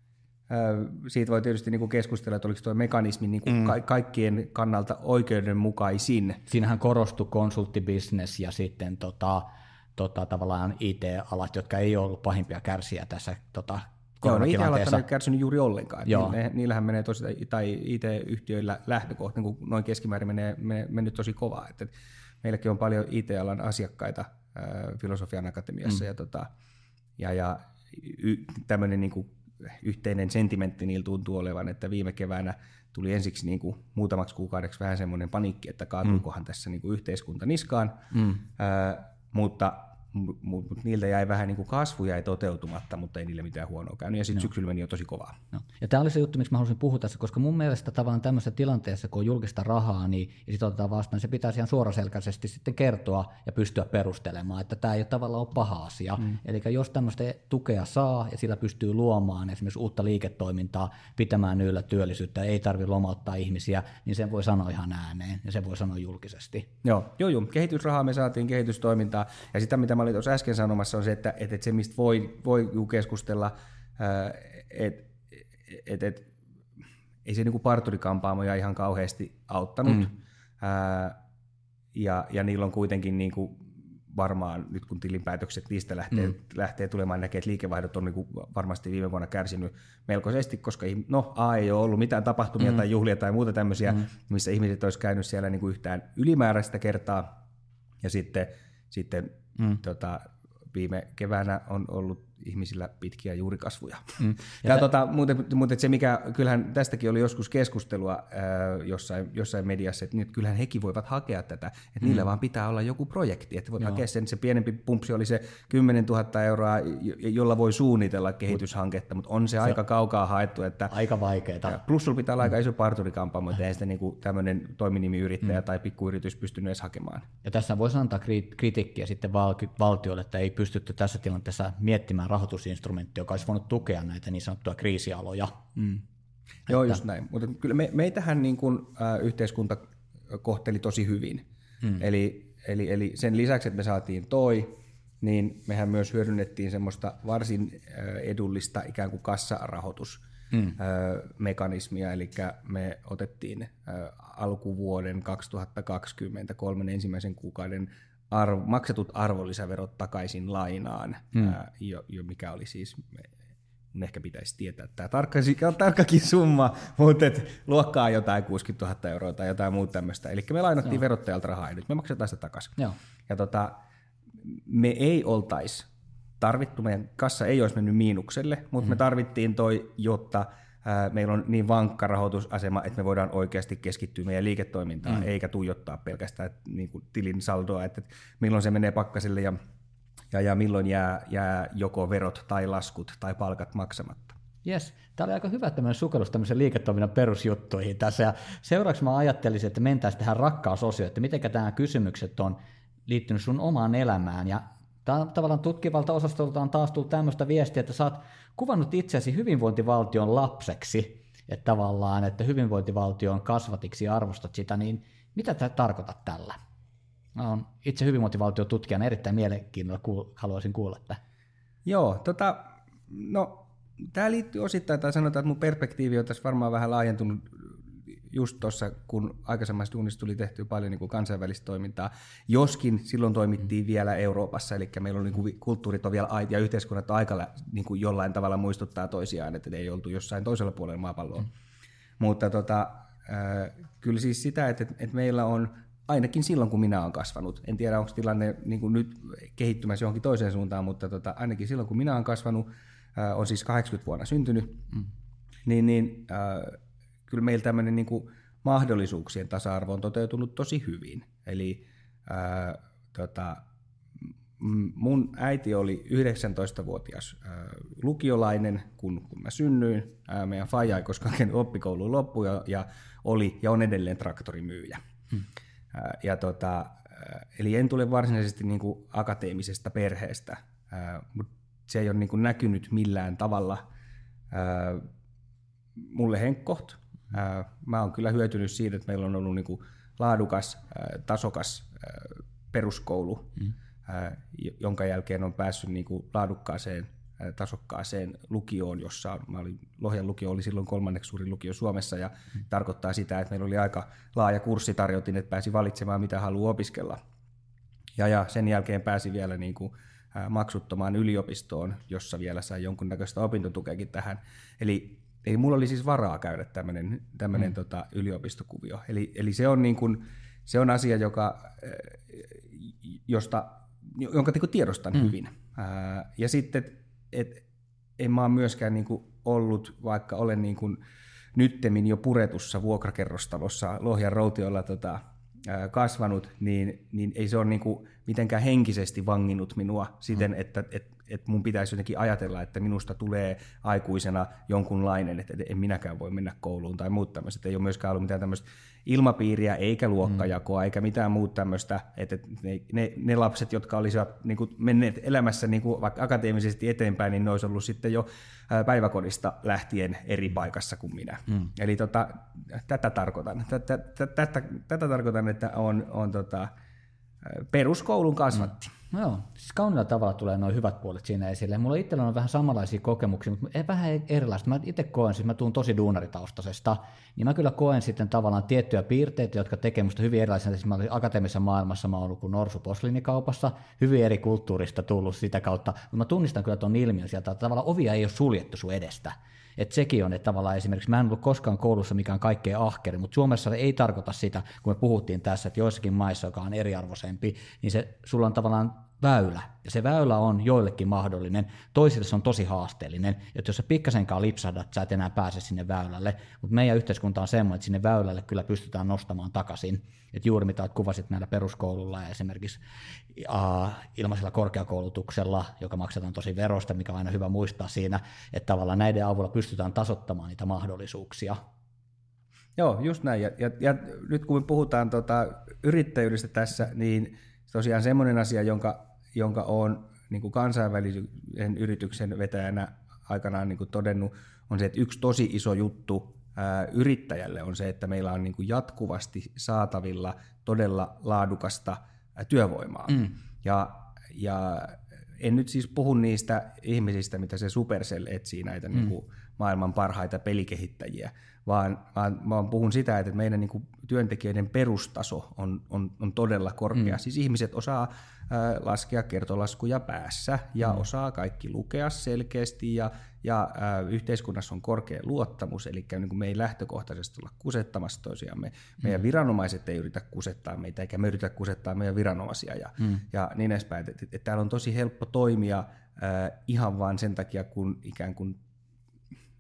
S1: siitä voi tietysti niinku keskustella, että oliko tuo mekanismi niinku mm. ka- kaikkien kannalta oikeudenmukaisin.
S3: Siinähän korostui konsulttibisnes ja sitten tota, tota, tavallaan I T-alat, jotka ei ollut pahimpia kärsiä tässä tota, koronatilanteessa.
S1: Joo, no I T-alat ei kärsinyt juuri ollenkaan. Niille, niillähän menee tosi, tai I T-yhtiöillä lähtökohta, niin noin keskimäärin menee, menee, menee tosi kovaa. Että meilläkin on paljon I T-alan asiakkaita äh, Filosofian Akatemiassa, mm. ja, tota, ja, ja y, tämmöinen niinku yhteinen sentimentti niillä tuntuu olevan, että viime keväänä tuli ensiksi niin kuin muutamaksi kuukaudeksi vähän semmoinen paniikki, että kaatuukohan mm. tässä niin kuin yhteiskunta niskaan, mm. äh, mutta mutta niiltä jäi vähän niin kuin kasvu jäi toteutumatta, mutta ei niille mitään huonoa käynyt, ja sitten syksyllä meni jo tosi kovaa.
S3: No. Ja tämä oli se juttu, miksi mä haluaisin puhua tässä, koska mun mielestä tavallaan tämmöisessä tilanteessa, kun on julkista rahaa, niin, ja sitten otetaan vastaan, niin se pitäisi ihan suoraselkäisesti sitten kertoa ja pystyä perustelemaan, että tämä ei ole tavallaan ole paha asia. Mm. Eli jos tämmöistä tukea saa, ja sillä pystyy luomaan esimerkiksi uutta liiketoimintaa, pitämään yllä työllisyyttä, ei tarvitse lomauttaa ihmisiä, niin sen voi sanoa ihan ääneen, ja sen voi sanoa julkisesti.
S1: Joo, joo, joo. Kehitysrahaa me saatiin, kehitystoimintaa, ja sitä, mitä mä olin tuossa äsken sanomassa, on se, että, että se, mistä voi, voi keskustella, että et, et, ei se niinku parturikampaamoja ihan kauheasti auttanut, mm. ää, ja, ja niillä on kuitenkin niinku varmaan, nyt kun tilinpäätökset niistä lähtee, mm. lähtee tulemaan, näkee, että liikevaihdot on niinku varmasti viime vuonna kärsinyt melkoisesti, koska no, A, ei ole ollut mitään tapahtumia mm. tai juhlia tai muuta tämmöisiä, mm. missä ihmiset olisi käynyt siellä niinku yhtään ylimääräistä kertaa, ja sitten, sitten Mm. Tota, viime keväänä on ollut ihmisillä pitkiä juurikasvuja. Mm. Ja ja tota, muuten, muuten se, mikä, kyllähän tästäkin oli joskus keskustelua ää, jossain, jossain mediassa, että nyt kyllähän hekin voivat hakea tätä, että mm. niillä vaan pitää olla joku projekti, että voit Joo. hakea sen, se pienempi pumpsi oli se kymmenen tuhatta euroa, jolla voi suunnitella kehityshanketta, mutta on se, se aika kaukaa haettu. Että,
S3: aika vaikeaa.
S1: Plus sulla pitää olla aika iso parturikampa, mutta eihän sitä niinku tämmöinen toiminimiyrittäjä mm. tai pikkuyritys pystynyt edes hakemaan.
S3: Ja tässä voisi antaa kritiikkiä sitten valtiolle, että ei pystytty tässä tilanteessa miettimään rahoitusinstrumentti, joka olisi voinut tukea näitä niin sanottuja kriisialoja. Mm. Että...
S1: Joo, just näin. Mutta kyllä me, meitähän niin kuin, ä, yhteiskunta kohteli tosi hyvin. Mm. Eli, eli, eli sen lisäksi, että me saatiin toi, niin mehän myös hyödynnettiin semmoista varsin ä, edullista ikään kuin kassarahoitusmekanismia, mm. eli me otettiin ä, alkuvuoden kaksituhattakaksikymmentä kolmen ensimmäisen kuukauden Arvo, maksetut arvonlisäverot takaisin lainaan, mm. ää, jo, jo mikä oli siis, mun ehkä pitäisi tietää tämä tarkka, tarkkakin summa, mutta et, luokkaa jotain kuusikymmentätuhatta euroa tai jotain muuta tämmöistä. Eli me lainattiin Joo. verottajalta rahaa ja nyt me maksetaan sitä takaisin. Joo. Ja tota, me ei oltaisi tarvittu, meidän kassa ei olisi mennyt miinukselle, mutta mm. me tarvittiin toi, jotta meillä on niin vankka rahoitusasema, että me voidaan oikeasti keskittyä meidän liiketoimintaan, mm. eikä tuijottaa pelkästään että, niin kuin tilin saldoa, että, että milloin se menee pakkaselle ja, ja, ja milloin jää, jää joko verot tai laskut tai palkat maksamatta.
S3: Jes, tämä oli aika hyvä tämmöinen sukellus tämmöisen liiketoiminnan perusjuttuihin tässä. Ja seuraavaksi mä ajattelisin, että mentäisiin tähän rakkausosioon, että miten nämä kysymykset on liittynyt sun omaan elämään. Ja tavallaan tutkivalta osastolta on taas tullut tämmöistä viestiä, että sä oot kuvannut itseäsi hyvinvointivaltion lapseksi, että tavallaan, että hyvinvointivaltion kasvatiksi ja arvostat sitä, niin mitä sä tarkoitat tällä? Mä oon itse hyvinvointivaltiotutkijana erittäin mielenkiinnolla kuul- haluaisin kuulla, että...
S1: Joo, tota, no tämä liittyy osittain, tai sanotaan, että mun perspektiivi on tässä varmaan vähän laajentunut just tuossa, kun aikaisemmassa duunissa tuli tehtyä paljon niin kuin kansainvälistä toimintaa, joskin silloin toimittiin vielä Euroopassa, eli meillä on niin kuin kulttuurit on vielä, ja yhteiskunnat on aika niin kuin jollain tavalla muistuttaa toisiaan, että ei oltu jossain toisella puolella maapalloa. Mm. Mutta tota, äh, kyllä siis sitä, että, että meillä on ainakin silloin, kun minä olen kasvanut, en tiedä, onko tilanne niin kuin nyt kehittymässä johonkin toiseen suuntaan, mutta tota, ainakin silloin, kun minä olen kasvanut, äh, on siis kahdeksankymmentä vuonna syntynyt, mm. niin, niin äh, kyllä meillä tämmöinen niin kuin mahdollisuuksien tasa-arvo on toteutunut tosi hyvin. Eli ää, tota, mun äiti oli yhdeksäntoistavuotias ää, lukiolainen, kun, kun mä synnyin. Ää, meidän faija ei koskaan käynyt oppikouluun loppuun ja, ja oli ja on edelleen traktorimyyjä. Hmm. Ää, ja tota, ää, eli en tule varsinaisesti niin kuin akateemisesta perheestä, ää, mutta se ei ole niin kuin näkynyt millään tavalla ää, mulle henkkoht. Mä oon kyllä hyötynyt siitä, että meillä on ollut niinku laadukas, tasokas peruskoulu, mm. jonka jälkeen on päässyt niinku laadukkaaseen, tasokkaaseen lukioon, jossa mä olin, Lohjan lukio oli silloin kolmanneksi suurin lukio Suomessa, ja mm. tarkoittaa sitä, että meillä oli aika laaja kurssitarjotin, että pääsi valitsemaan, mitä haluaa opiskella. Ja, ja sen jälkeen pääsi vielä niinku maksuttomaan yliopistoon, jossa vielä sai jonkunnäköistä opintotukeakin tähän. Eli Eli mulla oli siis varaa käydä tämmöinen, tämmöinen mm. tota, yliopistokuvio. Eli, eli se, on niin kuin, se on asia, joka, josta, jonka tiedostan mm. hyvin. Ää, ja sitten, että et, en mä ole myöskään niin kuin ollut, vaikka olen niin kuin nyttemmin jo puretussa vuokrakerrostalossa Lohjan Routiolla tota, ää, kasvanut, niin, niin ei se ole niin kuin mitenkään henkisesti vanginnut minua siten, mm. että et, että mun pitäisi jotenkin ajatella, että minusta tulee aikuisena jonkunlainen, että en minäkään voi mennä kouluun tai muut tämmöiset. Ei ole myöskään ollut mitään tämmöistä ilmapiiriä, eikä luokkajakoa, mm. eikä mitään muuta tämmöistä. Että ne, ne, ne lapset, jotka olisivat niin kuin menneet elämässä niin kuin vaikka akateemisesti eteenpäin, niin ne olisi ollut sitten jo päiväkodista lähtien eri paikassa kuin minä. Mm. Eli tota, tätä tarkoitan. Tätä, tätä, tätä tarkoitan, että on, on tota, peruskoulun kasvatti. Mm.
S3: No joo, siis kauniilla tavalla tulee nuo hyvät puolet siinä esille. Mulla itsellä on vähän samanlaisia kokemuksia, mutta vähän erilaista. Mä itse koen, siis mä tuun tosi duunaritaustaisesta, niin mä kyllä koen sitten tavallaan tiettyjä piirteitä, jotka tekee musta hyvin erilaisia. Siis mä olin akateemisessa maailmassa, mä oon ollut kuin norsu posliinikaupassa, hyvin eri kulttuurista tullut sitä kautta, mutta mä tunnistan kyllä tuon ilmiön sieltä, että tavallaan ovia ei ole suljettu sun edestä. Että sekin on, että tavallaan esimerkiksi mä en ollut koskaan koulussa mikään kaikkein ahkeri, mutta Suomessa ei tarkoita sitä, kun me puhuttiin tässä, että joissakin maissa, joka on eriarvoisempi, niin se, sulla on tavallaan väylä, ja se väylä on joillekin mahdollinen, toisille se on tosi haasteellinen, että jos sä pikkasenkaan lipsahdat, sä et enää pääse sinne väylälle, mutta meidän yhteiskunta on semmoinen, että sinne väylälle kyllä pystytään nostamaan takaisin, että juuri mitä kuvasit näillä peruskoululla ja esimerkiksi uh, ilmaisella korkeakoulutuksella, joka maksetaan tosi verosta, mikä on aina hyvä muistaa siinä, että tavallaan näiden avulla pystytään tasoittamaan niitä mahdollisuuksia.
S1: Joo, just näin, ja, ja, ja nyt kun me puhutaan tota, yrittäjyydestä tässä, niin tosiaan semmoinen asia, jonka jonka olen niin kuin kansainvälisen yrityksen vetäjänä aikanaan niin kuin todennut, on se, että yksi tosi iso juttu ää, yrittäjälle on se, että meillä on niin kuin jatkuvasti saatavilla todella laadukasta ää, työvoimaa. Mm. Ja, ja en nyt siis puhu niistä ihmisistä, mitä se Supercell etsii, näitä mm. niin kuin maailman parhaita pelikehittäjiä, vaan, vaan, vaan puhun sitä, että meidän niin kuin työntekijöiden perustaso on, on, on todella korkea. Mm. Siis ihmiset osaa ää, laskea kertolaskuja päässä ja mm. osaa kaikki lukea selkeästi ja, ja ää, yhteiskunnassa on korkea luottamus, eli niin kuin me ei lähtökohtaisesti olla kusettamassa toisiamme. Meidän mm. viranomaiset ei yritä kusettaa meitä, eikä me yritä kusettaa meidän viranomaisia ja, mm. ja niin edespäin. Et, et, et täällä on tosi helppo toimia ää, ihan vaan sen takia, kun ikään kuin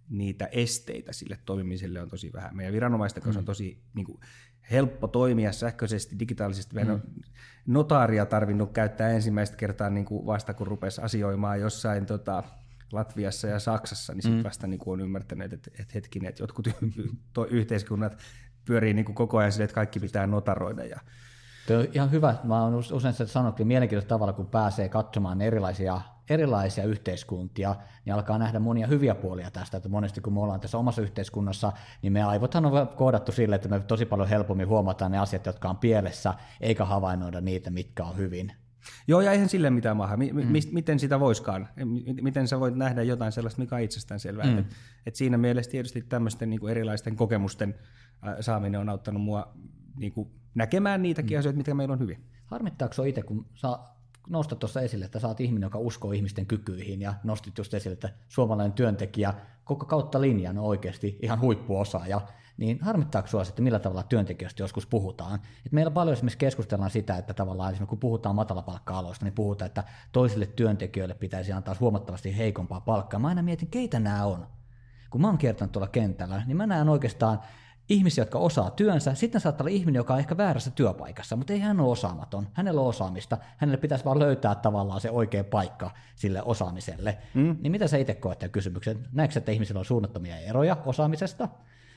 S1: niitä esteitä sille toimimiselle on tosi vähän. Meidän viranomaisten kanssa mm. on tosi niin kuin, helppo toimia sähköisesti, digitaalisesti. Meidän on mm. notaaria tarvinnut käyttää ensimmäistä kertaa niin kuin vasta, kun rupesi asioimaan jossain tota, Latviassa ja Saksassa, niin sitten mm. vasta niin kuin on ymmärtänyt, että, että hetkinen, että jotkut yhteiskunnat pyörii niin kuin koko ajan sille, että kaikki pitää notaroida. Ja
S3: Tuo on ihan hyvä. Mä oon usein sanonut, mielenkiintoisella tavalla, kun pääsee katsomaan erilaisia, erilaisia yhteiskuntia, niin alkaa nähdä monia hyviä puolia tästä, että monesti kun me ollaan tässä omassa yhteiskunnassa, niin me aivothan on koodattu sille, että me tosi paljon helpommin huomataan ne asiat, jotka on pielessä, eikä havainnoida niitä, mitkä on hyvin.
S1: Joo, ja eihän sille mitään maahan. M- mm. Miten sitä voiskaan? Miten sä voit nähdä jotain sellaista, mikä on itsestäänselvää? Mm. Et, et siinä mielessä tietysti tämmöisten niin kuin erilaisten kokemusten äh, saaminen on auttanut mua niin kuin näkemään niitäkin mm. asioita, mitkä meillä on hyvin.
S3: Harmittaako sinua itse, kun sä nostat tuossa esille, että sä oot ihminen, joka uskoo ihmisten kykyihin, ja nostit just esille, että suomalainen työntekijä koko kautta linjan on oikeasti ihan huippuosaaja, niin harmittaako sinua sitten, millä tavalla työntekijöistä joskus puhutaan? Et meillä paljon esimerkiksi keskustellaan sitä, että tavallaan esimerkiksi kun puhutaan matalapalkka-aloista, niin puhutaan, että toisille työntekijöille pitäisi antaa huomattavasti heikompaa palkkaa. Mä aina mietin, keitä nämä on. Kun mä oon kiertänyt tuolla kentällä, niin mä näen oikeastaan ihmisiä, jotka osaa työnsä, sitten saattaa olla ihminen, joka on ehkä väärässä työpaikassa, mutta ei hän ole osaamaton, hänellä on osaamista, hänelle pitäisi vaan löytää tavallaan se oikea paikka sille osaamiselle. Mm. Niin mitä sä itse koet tämän kysymyksen? Näetkö, että ihmisillä on suunnattomia eroja osaamisesta?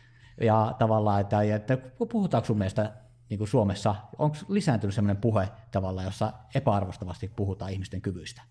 S3: Ja tavallaan, että, että puhutaanko sun mielestä niin kuin Suomessa, onko lisääntynyt sellainen puhe tavallaan, jossa epäarvostavasti puhutaan ihmisten kyvyistä?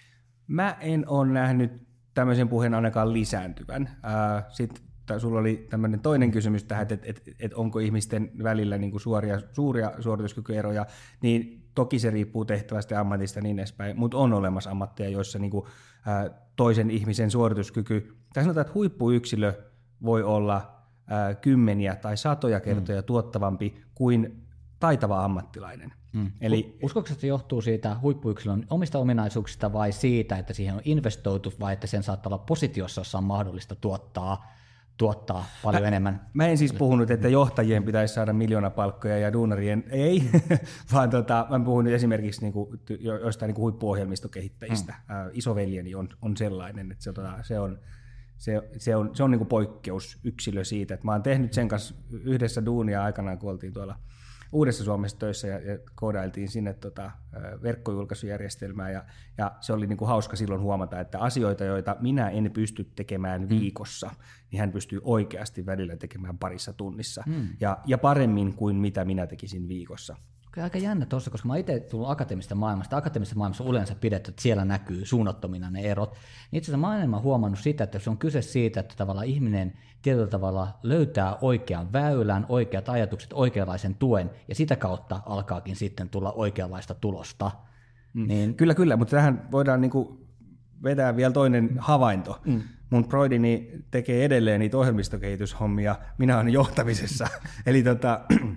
S1: Mä en ole nähnyt tämmöisen puheen ainakaan lisääntyvän. Sitten sulla oli tämmöinen toinen kysymys tähän, että, että, että onko ihmisten välillä niin kuin suoria, suuria suorituskykyeroja, niin toki se riippuu tehtävästä ja ammatista niin edespäin, mutta on olemassa ammatteja, joissa niin kuin, ää, toisen ihmisen suorituskyky, tai sanotaan, että huippuyksilö voi olla ää, kymmeniä tai satoja kertoja mm. tuottavampi kuin taitava ammattilainen. Mm. Eli,
S3: uskoiko, että se johtuu siitä huippuyksilön omista ominaisuuksista vai siitä, että siihen on investoitu vai että sen saattaa olla positiossa, jossa on mahdollista tuottaa tuottaa paljon
S1: mä,
S3: enemmän.
S1: Mä en siis puhunut, että johtajien pitäisi saada miljoonapalkkoja ja duunarien ei, vaan tota, mä puhun nyt esimerkiksi niinku, jostain niinku huippuohjelmistokehittäjistä. Hmm. Äh, isoveljeni on, on sellainen, että se, tota, se on, se, se on, se on niinku poikkeusyksilö siitä, että mä oon tehnyt sen kanssa yhdessä duunia aikanaan, kun oltiin tuolla Uudessa Suomessa töissä ja, ja koodailtiin sinne tota, verkkojulkaisujärjestelmää ja, ja se oli niinku hauska silloin huomata, että asioita, joita minä en pysty tekemään viikossa, niin hän pystyy oikeasti välillä tekemään parissa tunnissa mm. ja, ja paremmin kuin mitä minä tekisin viikossa.
S3: Aika jännä tuossa, koska mä itse tullut akateemisesta maailmasta. Akateemisessa maailmassa on yleensä pidetty, että siellä näkyy suunnattomina ne erot. Niin itse asiassa mä oon enemmän huomannut sitä, että se on kyse siitä, että tavallaan ihminen tietyllä tavalla löytää oikean väylän, oikeat ajatukset, oikeanlaisen tuen, ja sitä kautta alkaakin sitten tulla oikeanlaista tulosta.
S1: Mm. Niin, kyllä, kyllä, mutta tähän voidaan niinku vetää vielä toinen havainto. Mm. Mun broidini tekee edelleen niitä ohjelmistokehityshommia, minä olen johtamisessa. Eli tota...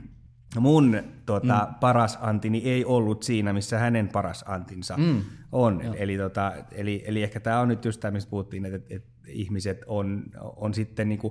S1: mun tota, mm. paras antini ei ollut siinä, missä hänen paras antinsa mm. on. Eli, tota, eli, eli ehkä tämä on nyt just tämä, mistä puhuttiin, että, että, että ihmiset on, on sitten niin kuin,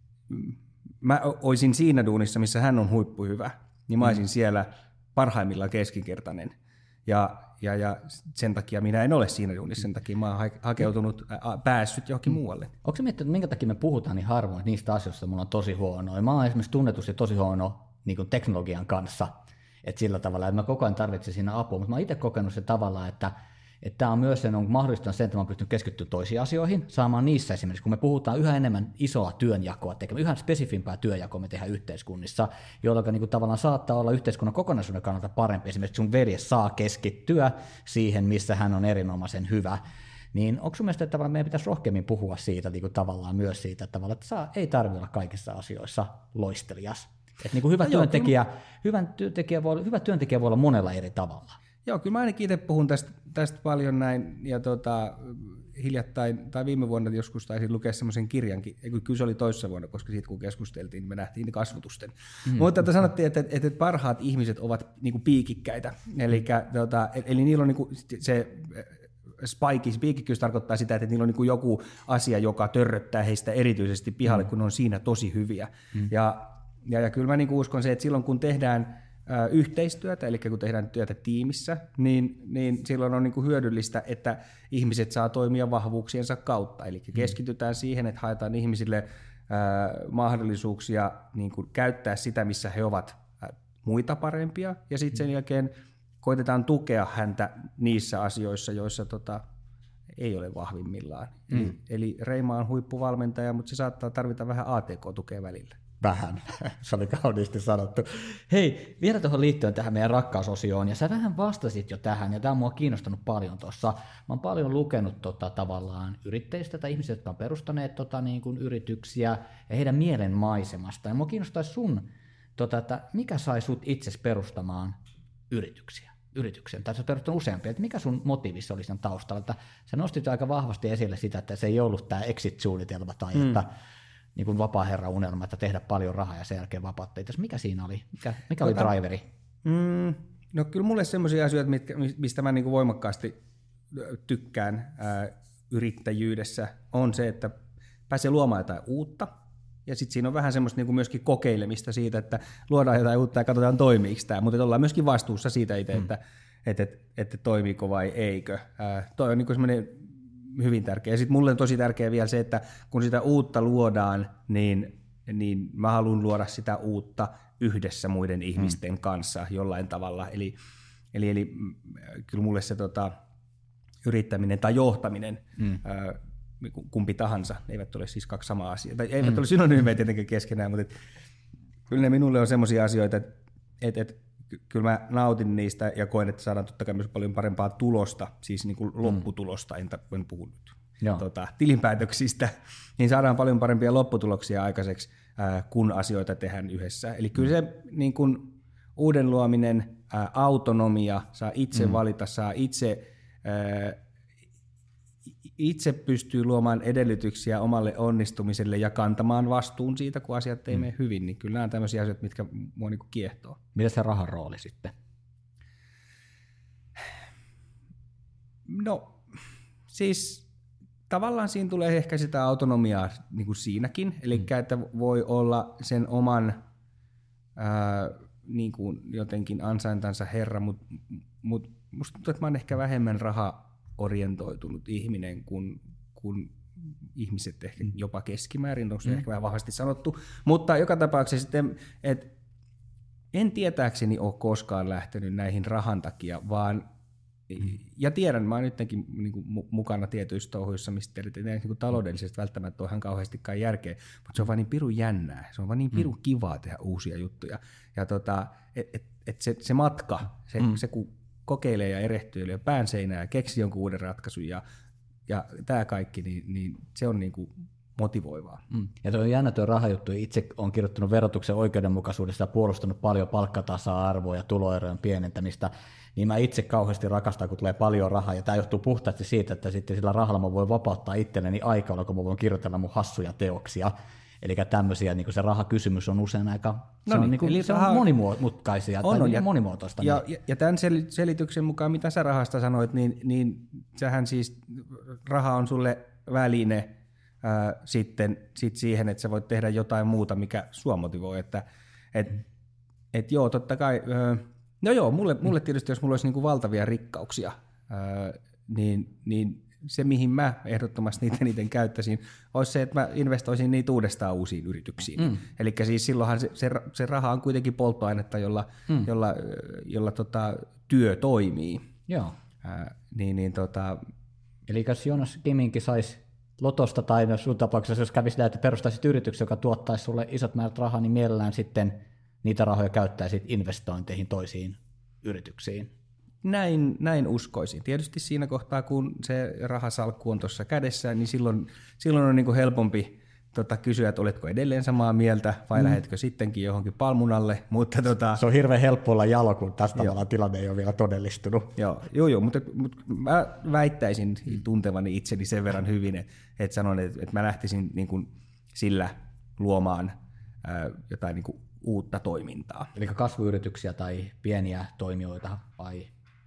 S1: mä olisin siinä duunissa, missä hän on huippuhyvä, niin mä olisin mm. siellä parhaimmillaan keskinkertainen. Ja, ja, ja sen takia minä en ole siinä duunissa, sen takia mä oon hakeutunut, ää, päässyt johonkin mm. muualle.
S3: Onko se miettinyt, minkä takia me puhutaan niin harvoin niistä asioista, mulla on tosi huonoa? Mä oon esimerkiksi tunnetusti tosi huono niin kuin teknologian kanssa, että sillä tavalla, että mä koko ajan tarvitsen siinä apua, mutta mä oon itse kokenut se tavalla, että että tämä on myös sen, on mahdollistanut sen, että mä oon pystynyt keskittyä toisiin asioihin, saamaan niissä esimerkiksi, kun me puhutaan yhä enemmän isoa työnjakoa, tekemään yhä spesifimpää työnjakoa me tehdään yhteiskunnissa, jolloin niin kuin tavallaan saattaa olla yhteiskunnan kokonaisuuden kannalta parempi, esimerkiksi sun velje saa keskittyä siihen, missä hän on erinomaisen hyvä. Niin onko sun mielestä, että tavallaan meidän pitäisi rohkeammin puhua siitä, niin kuin tavallaan myös siitä, että, tavallaan, että saa, ei tarvitse olla kaikissa asioissa loistelias. Että niin kuin hyvä, no työntekijä, joo, hyvä, työntekijä voi, hyvä työntekijä voi olla monella eri tavalla.
S1: Joo, kyllä mä ainakin itse puhun tästä, tästä paljon näin, ja tota, hiljattain, tai viime vuonna joskus taisin lukea semmoisen kirjankin, kyllä se oli toissa vuonna, koska siitä kun keskusteltiin, niin me nähtiin kasvotusten. Mm. Mutta että sanottiin, että, että parhaat ihmiset ovat niinku piikikkäitä, eli, tota, eli niillä on niinku se spike, piikikkyys tarkoittaa sitä, että niillä on niinku joku asia, joka törröttää heistä erityisesti pihalle, mm. kun ne on siinä tosi hyviä. Mm. Ja, ja, ja kyllä mä niinku uskon se, että silloin kun tehdään ää, yhteistyötä, eli kun tehdään työtä tiimissä, niin, niin silloin on niin kuin hyödyllistä, että ihmiset saa toimia vahvuuksiensa kautta. Eli keskitytään siihen, että haetaan ihmisille ää, mahdollisuuksia niin kuin käyttää sitä, missä he ovat ää, muita parempia, ja sitten sen jälkeen koitetaan tukea häntä niissä asioissa, joissa tota, ei ole vahvimmillaan. Mm. Eli, eli Reima on huippuvalmentaja, mutta se saattaa tarvita vähän A T K-tukea välillä.
S3: Vähän, se oli kauniisti sanottu. Hei, vielä tuohon liittyen tähän meidän rakkausosioon, ja sä vähän vastasit jo tähän, ja tämä on mua kiinnostanut paljon tuossa. Mä oon paljon lukenut tota, tavallaan yrittäjistä tai ihmisiä, jotka on perustaneet tota, niin kuin yrityksiä ja heidän mielen maisemasta. Ja mua kiinnostaisi sun, tota, että mikä sai sut itses perustamaan yrityksiä? Yrityksen, tai sä perustanut useampia, että mikä sun motiivissa oli sen taustalla, että sä nostit aika vahvasti esille sitä, että se ei ollut tämä exit-suunnitelma tai mm. että niin kuin vapaa-herran unelma, että tehdä paljon rahaa ja sen jälkeen vapauttaa. Mikä siinä oli? Mikä, mikä oli driveri?
S1: Mm, no kyllä mulle semmoisia asioita, mitkä, mistä mä niin kuin voimakkaasti tykkään ää, yrittäjyydessä, on se, että pääsee luomaan jotain uutta. Ja sitten siinä on vähän semmoista niin kuin myöskin kokeilemista siitä, että luodaan jotain uutta ja katsotaan toimiiko tämä, mutta ollaan myöskin vastuussa siitä itse, mm. että, että, että, että toimiiko vai eikö. Ää, toi on niin kuin semmoinen hyvin tärkeä. Ja sitten mulle on tosi tärkeää vielä se, että kun sitä uutta luodaan, niin, niin mä haluan luoda sitä uutta yhdessä muiden ihmisten mm. kanssa jollain tavalla. Eli, eli, eli kyllä mulle se tota, yrittäminen tai johtaminen, mm. ää, kumpi tahansa, eivät ole siis kaksi samaa asiaa, tai eivät mm. ole synonyymejä tietenkin keskenään, mutta et, kyllä ne minulle on semmoisia asioita, että et, et, kyllä mä nautin niistä ja koen, että saadaan totta kai myös paljon parempaa tulosta, siis niin kuin lopputulosta, en, en puhu nyt tota, tilinpäätöksistä, niin saadaan paljon parempia lopputuloksia aikaiseksi, ää, kun asioita tehdään yhdessä. Eli kyllä se niin kuin uuden luominen, ää, autonomia, saa itse mm. valita, saa itse ää, itse pystyy luomaan edellytyksiä omalle onnistumiselle ja kantamaan vastuun siitä, kun asiat ei mm. mene hyvin, niin kyllä nämä on tämmöisiä asioita, mitkä mua niin kuin kiehtoo.
S3: Mitä se rahan rooli sitten?
S1: No, siis tavallaan siinä tulee ehkä sitä autonomiaa niin kuin siinäkin, eli mm. että voi olla sen oman ää, niin kuin jotenkin ansaintansa herra, mutta mut, musta tuntuu, että mä oon ehkä vähemmän raha orientoitunut ihminen, kun, kun ihmiset ehkä jopa keskimäärin, on se mm. ehkä vähän vahvasti sanottu, mutta joka tapauksessa sitten, että en tietääkseni ole koskaan lähtenyt näihin rahan takia, vaan, mm. ja tiedän, mä oon nytkin niin kuin mukana tietyissä touhuissa, mistä ei niin taloudellisesti välttämättä ole ihan kauheastikaan järkeä, mutta se on vaan niin pirun jännää, se on vaan niin pirun mm. kivaa tehdä uusia juttuja, ja tota, et, et, et se, se matka, se, mm. se kun kokeilee ja erehtyy ja pään seinään ja keksi jonkun uuden ratkaisun ja, ja tämä kaikki, niin, niin se on niin kuin motivoivaa.
S3: Mm. Ja tuo on jännä tuo rahajuttu. Itse olen kirjoittanut verotuksen oikeudenmukaisuudesta ja puolustanut paljon palkkatasa-arvoa ja tuloerojen pienentämistä, niin mä itse kauheasti rakastan, kun tulee paljon rahaa, ja tämä johtuu puhtaasti siitä, että sitten sillä rahalla mä voin vapauttaa itselleni aikaa, kun mä voin kirjoitella mun hassuja teoksia. Eli tämmöisiä, niin se rahakysymys on usein aika no niin, niin, eli se on monimutkaisia on, tai on, ja, monimuotoista.
S1: Ja, ja, ja tämän selityksen mukaan, mitä sä rahasta sanoit, niin, niin sähän siis, raha on sulle väline ää, sitten sit siihen, että sä voit tehdä jotain muuta, mikä sua motivoi. Että et, mm. et joo, totta kai, ää, no joo, mulle, mulle tietysti, jos mulla olisi niin kuin valtavia rikkauksia, ää, niin, niin se, mihin mä ehdottomasti niitä eniten käyttäisin, olisi se, että mä investoisin niitä uudestaan uusiin yrityksiin. Mm. Eli siis silloinhan se, se, se raha on kuitenkin polttoainetta, jolla, mm. jolla, jolla tota, työ toimii.
S3: Joo.
S1: Ää, niin, niin, tota...
S3: Eli jos Joonas Kiminki saisi lotosta, tai sun tapauksessa, jos kävisi näin, että perustaisit yrityksen, joka tuottaisi sulle isot määrät rahaa, niin mielellään sitten niitä rahoja käyttäisit investointeihin toisiin yrityksiin.
S1: Näin, näin uskoisin. Tietysti siinä kohtaa, kun se rahasalkku on tuossa kädessä, niin silloin, silloin on niin kuin helpompi tota, kysyä, että oletko edelleen samaa mieltä vai mm. lähetkö sittenkin johonkin palmunalle. Mutta, tota,
S3: se on hirveän helppo olla jalo, kun tästä tavalla tilanne ei ole vielä todellistunut.
S1: Joo, joo, joo mutta, mutta mä väittäisin tuntevani itseni sen verran hyvin, että, että sanon, että, että mä lähtisin niin kuin sillä luomaan ää, jotain niin kuin uutta toimintaa.
S3: Eli kasvuyrityksiä tai pieniä toimijoita vai...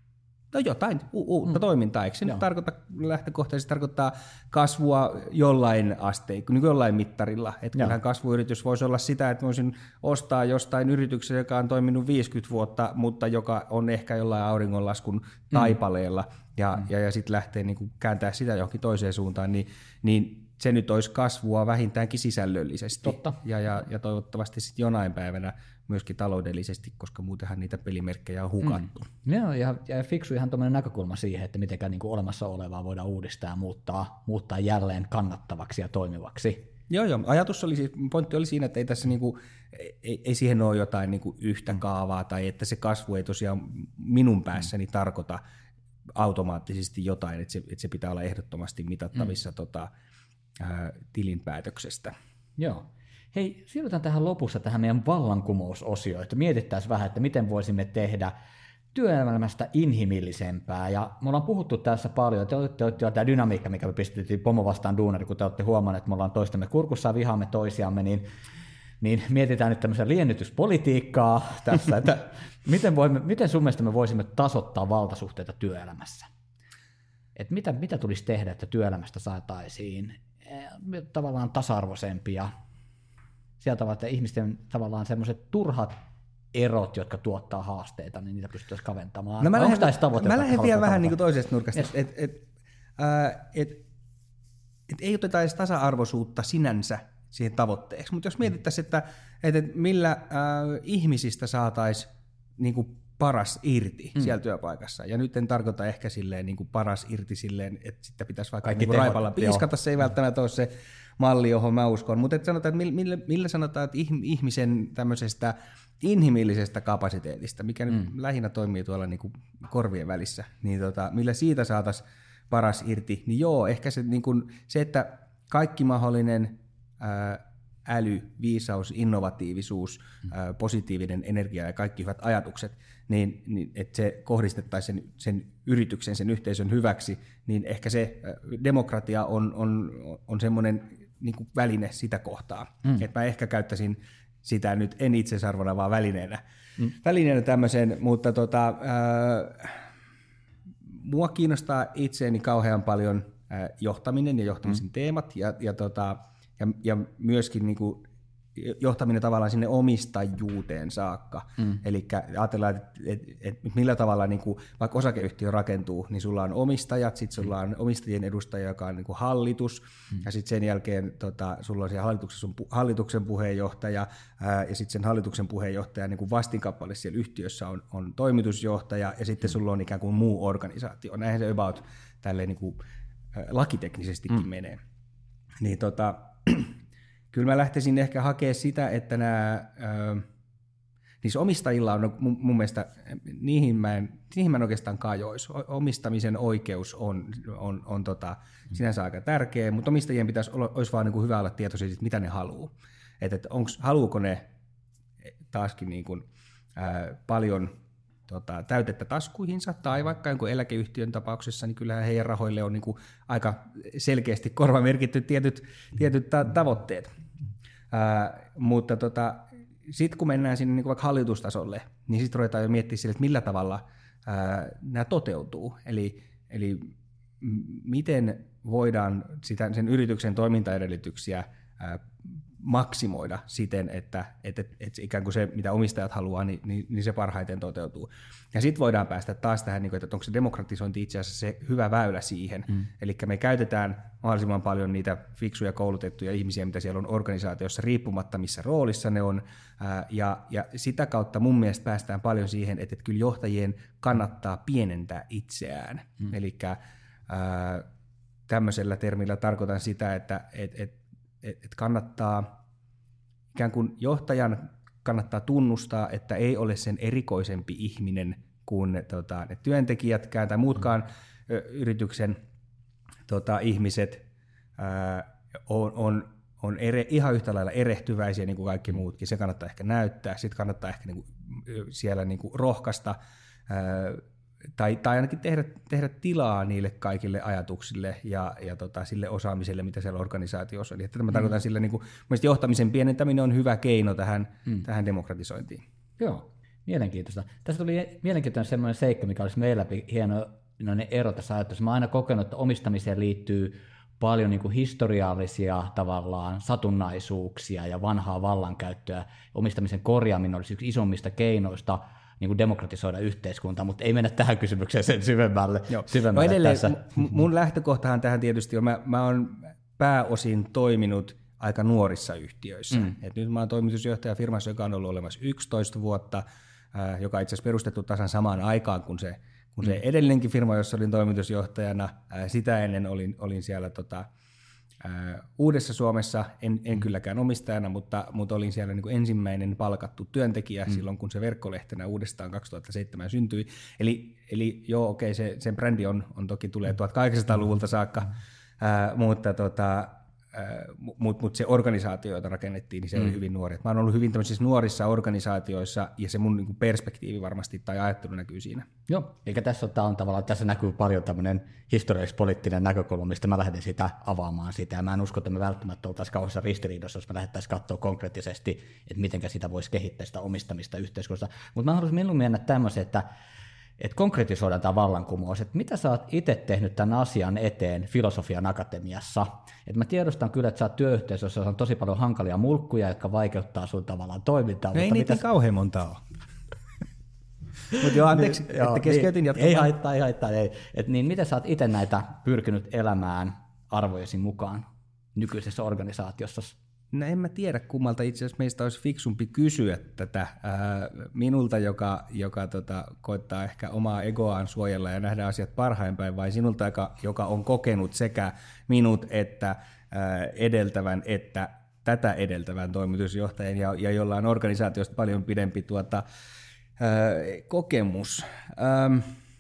S1: No jotain u- uutta mm. toimintaa, eikö se
S3: Joo.
S1: nyt tarkoita, lähtökohtaisesti tarkoittaa kasvua jollain asteikko, niin jollain mittarilla. Että kyllähän kasvuyritys voisi olla sitä, että voisin ostaa jostain yrityksen, joka on toiminut viisikymmentä vuotta, mutta joka on ehkä jollain auringonlaskun taipaleella, mm. ja, mm. ja, ja sitten lähtee niin kuin kääntää sitä johonkin toiseen suuntaan, niin, niin se nyt olisi kasvua vähintäänkin sisällöllisesti.
S3: Totta.
S1: Ja, ja, ja toivottavasti sitten jonain päivänä myöskin taloudellisesti, koska muutenhan niitä pelimerkkejä on hukattu.
S3: Mm. Joo, ja, ja fiksu ihan tuommoinen näkökulma siihen, että miten niin kuin olemassa olevaa voidaan uudistaa ja muuttaa, muuttaa jälleen kannattavaksi ja toimivaksi.
S1: Joo, joo. Ajatus oli, pointti oli siinä, että ei, tässä niinku, ei, ei siihen ole jotain niinku yhtä kaavaa, tai että se kasvu ei tosiaan minun päässäni tarkoita automaattisesti jotain, että se, että se pitää olla ehdottomasti mitattavissa mm. tota, ää, tilinpäätöksestä.
S3: Joo. Hei, siirrytään tähän lopussa tähän meidän vallankumousosioon, että mietittäisiin vähän, että miten voisimme tehdä työelämästä inhimillisempää, ja me ollaan puhuttu tässä paljon, että te olette jo tämä dynamiikka, mikä me pistettiin pomo vastaan duunari, kun te olette huomanneet, että me ollaan toistemme kurkussa ja vihaamme toisiamme, niin, niin mietitään nyt tämmöisen liennytyspolitiikkaa tässä, että miten, voimme, miten sun mielestä me voisimme tasoittaa valtasuhteita työelämässä? Että mitä, mitä tulisi tehdä, että työelämästä saataisiin tavallaan tasa-arvoisempia, sieltä tavalla, että ihmisten tavallaan semmoiset turhat erot, jotka tuottaa haasteita, niin niitä pystyttäisiin kaventamaan.
S1: No mä lähden,
S3: tavoite,
S1: mä lähden vielä vähän niin kuin toisesta nurkasta,
S3: yes.
S1: että et, äh, et, et ei oteta edes tasa-arvoisuutta sinänsä siihen tavoitteeksi, mutta jos mietittäisiin, että, että millä äh, ihmisistä saataisiin niin kuin paras irti mm. siellä työpaikassa, ja nyt en tarkoita ehkä silleen niin kuin paras irti silleen, että sitten pitäisi vaikka niin kuin raipalla piiskata, joo. Se ei välttämättä ole se malli, johon mä uskon, mutta että sanotaan, että millä, millä sanotaan, että ihmisen tämmöisestä inhimillisestä kapasiteetista, mikä mm. nyt lähinnä toimii tuolla niin kuin korvien välissä, niin tota, millä siitä saataisiin paras irti, niin joo, ehkä se, niin kuin, se että kaikki mahdollinen ää, äly, viisaus, innovatiivisuus, mm. ää, positiivinen energia ja kaikki hyvät ajatukset, niin, niin että se kohdistettaisiin sen, sen yrityksen, sen yhteisön hyväksi, niin ehkä se ää, demokratia on, on, on semmoinen niin kuin väline sitä kohtaa. Mm. Että mä ehkä käyttäisin sitä nyt en itsesarvona, vaan välineenä. Mm. Välineenä tämmöiseen, mutta tota, äh, mua kiinnostaa itseäni kauhean paljon äh, johtaminen ja johtamisen mm. teemat ja, ja, tota, ja, ja myöskin niinku johtaminen tavallaan sinne omistajuuteen saakka. Mm. Eli ajatellaan, että et, et millä tavalla niinku, vaikka osakeyhtiö rakentuu, niin sulla on omistajat, sitten sulla on omistajien edustaja, joka on niinku hallitus, mm. ja sitten sen jälkeen tota, sulla on siellä hallituksen, hallituksen puheenjohtaja, ää, ja sitten sen hallituksen puheenjohtaja niinku vastinkappale siellä yhtiössä on, on toimitusjohtaja, ja sitten mm. sulla on ikään kuin muu organisaatio. Näinhän se about tälleen niinku, lakiteknisestikin mm. menee. Niin tota... Kyllä mä lähtisin ehkä hakemaan sitä, että nämä, ö, niissä omistajilla on mun, mun mielestä, niihin mä en, niihin mä en oikeastaan kajoisi. Omistamisen oikeus on, on, on tota, sinänsä aika tärkeä, mutta omistajien pitäisi olla, olisi vaan niin kuin hyvä olla tietoisia siitä, mitä ne haluaa. Että et onks, haluuko ne taaskin niin kuin, ää, paljon tota, täytettä taskuihinsa, tai vaikka jonkun eläkeyhtiön tapauksessa, niin kyllähän heidän rahoille on niin kuin aika selkeästi korvamerkitty tietyt, tietyt ta- tavoitteet. Ää, mutta tota, sitten kun mennään sinne niin kuin vaikka hallitustasolle, niin sitten ruvetaan jo miettimään sille, että millä tavalla ää, nämä toteutuu. Eli, eli m- miten voidaan sitä, sen yrityksen toimintaedellytyksiä ää, maksimoida siten, että, että, että ikään kuin se, mitä omistajat haluaa, niin, niin, niin se parhaiten toteutuu. Ja sitten voidaan päästä taas tähän, että onko se demokratisointi itse asiassa se hyvä väylä siihen. Mm. Eli me käytetään mahdollisimman paljon niitä fiksuja koulutettuja ihmisiä, mitä siellä on organisaatiossa, riippumatta missä roolissa ne on. Ja, ja sitä kautta mun mielestä päästään paljon siihen, että, että kyllä johtajien kannattaa pienentää itseään. Mm. Eli tämmöisellä termillä tarkoitan sitä, että et, et, että kannattaa, ikään kuin johtajan kannattaa tunnustaa, että ei ole sen erikoisempi ihminen kuin ne, tota, ne työntekijätkään tai muutkaan mm. yrityksen tota, ihmiset ää, on, on, on ere, ihan yhtä lailla erehtyväisiä niin kuin kaikki muutkin. Se kannattaa ehkä näyttää, sitten kannattaa ehkä niin kuin, siellä niin kuin rohkaista ää, Tai, tai ainakin tehdä, tehdä tilaa niille kaikille ajatuksille ja, ja tota, sille osaamiselle, mitä siellä organisaatiossa on. Eli että mä tarkoitan mm. sillä, niin kuin, johtamisen pienentäminen on hyvä keino tähän, mm. tähän demokratisointiin.
S3: Joo. Mielenkiintoista. Tässä tuli mielenkiintoinen semmoinen seikka, mikä olisi meillä hieno ero tässä ajattelussa. Mä oon aina kokenut, että omistamiseen liittyy paljon niin kuin historiallisia tavallaan satunnaisuuksia ja vanhaa vallankäyttöä. Omistamisen korjaaminen olisi yksi isommista keinoista niin kuin demokratisoida yhteiskuntaa, mutta ei mennä tähän kysymykseen sen syvemmälle. syvemmälle
S1: no edelleen,
S3: tässä.
S1: Mun lähtökohtahan tähän tietysti on, mä, mä oon pääosin toiminut aika nuorissa yhtiöissä. Mm. Et nyt mä oon toimitusjohtaja firmassa, joka on ollut olemassa yksitoista vuotta, äh, joka on itse asiassa perustettu tasan samaan aikaan kuin se, kun se mm. edellinenkin firma, jossa olin toimitusjohtajana. Äh, sitä ennen olin, olin siellä tota, äh, Uudessa Suomessa, en, en mm. kylläkään omistajana, mutta, mutta olin siellä niin kuin ensimmäinen palkattu työntekijä mm. silloin, kun se verkkolehtenä uudestaan kaksituhattaseitsemän syntyi. Eli, eli joo, okei, se, sen brändi on, on toki tulee tuhatkahdeksansataaluvulta saakka, mm. äh, mutta tota, mutta mut se organisaatio, jota rakennettiin, niin se mm. oli hyvin nuori. Mä oon ollut hyvin tämmöisissä nuorissa organisaatioissa, ja se mun niinku perspektiivi varmasti tai ajattelu näkyy siinä.
S3: Joo, eli tässä on, on tavallaan, tässä näkyy paljon tämmöinen historiallis-poliittinen näkökulma, mistä mä lähden sitä avaamaan sitä, ja mä en usko, että me välttämättä oltaisiin kauheassa ristiriidassa, jos me lähdettäisiin katsoa konkreettisesti, että miten sitä voisi kehittää sitä omistamista yhteiskunnassa. Mutta mä haluaisin minun mennä tämmöisen, että että konkretisoidaan tämä vallankumous, että mitä sä oot itse tehnyt tämän asian eteen Filosofian Akatemiassa. Että mä tiedostan kyllä, että sä oot työyhteisössä, jossa on tosi paljon hankalia mulkkuja, jotka vaikeuttaa sun tavallaan toimintaa.
S1: No ei niitä
S3: mitäs...
S1: kauhean monta ole. Mutta joo, anteeksi, niin, että keskeytin
S3: niin,
S1: jatkamaan.
S3: Ei haittaa, ei haittaa. Ei. Et niin, miten sä oot itse näitä pyrkinyt elämään arvojesi mukaan nykyisessä organisaatiossa?
S1: No en mä tiedä, kummalta itse asiassa meistä olisi fiksumpi kysyä tätä ää, minulta, joka, joka tota, koittaa ehkä omaa egoaan suojella ja nähdä asiat parhain päin, vai sinulta, joka, joka on kokenut sekä minut että ää, edeltävän että tätä edeltävän toimitusjohtajan ja, ja jolla on organisaatiosta paljon pidempi tuota, ää, kokemus. Ähm,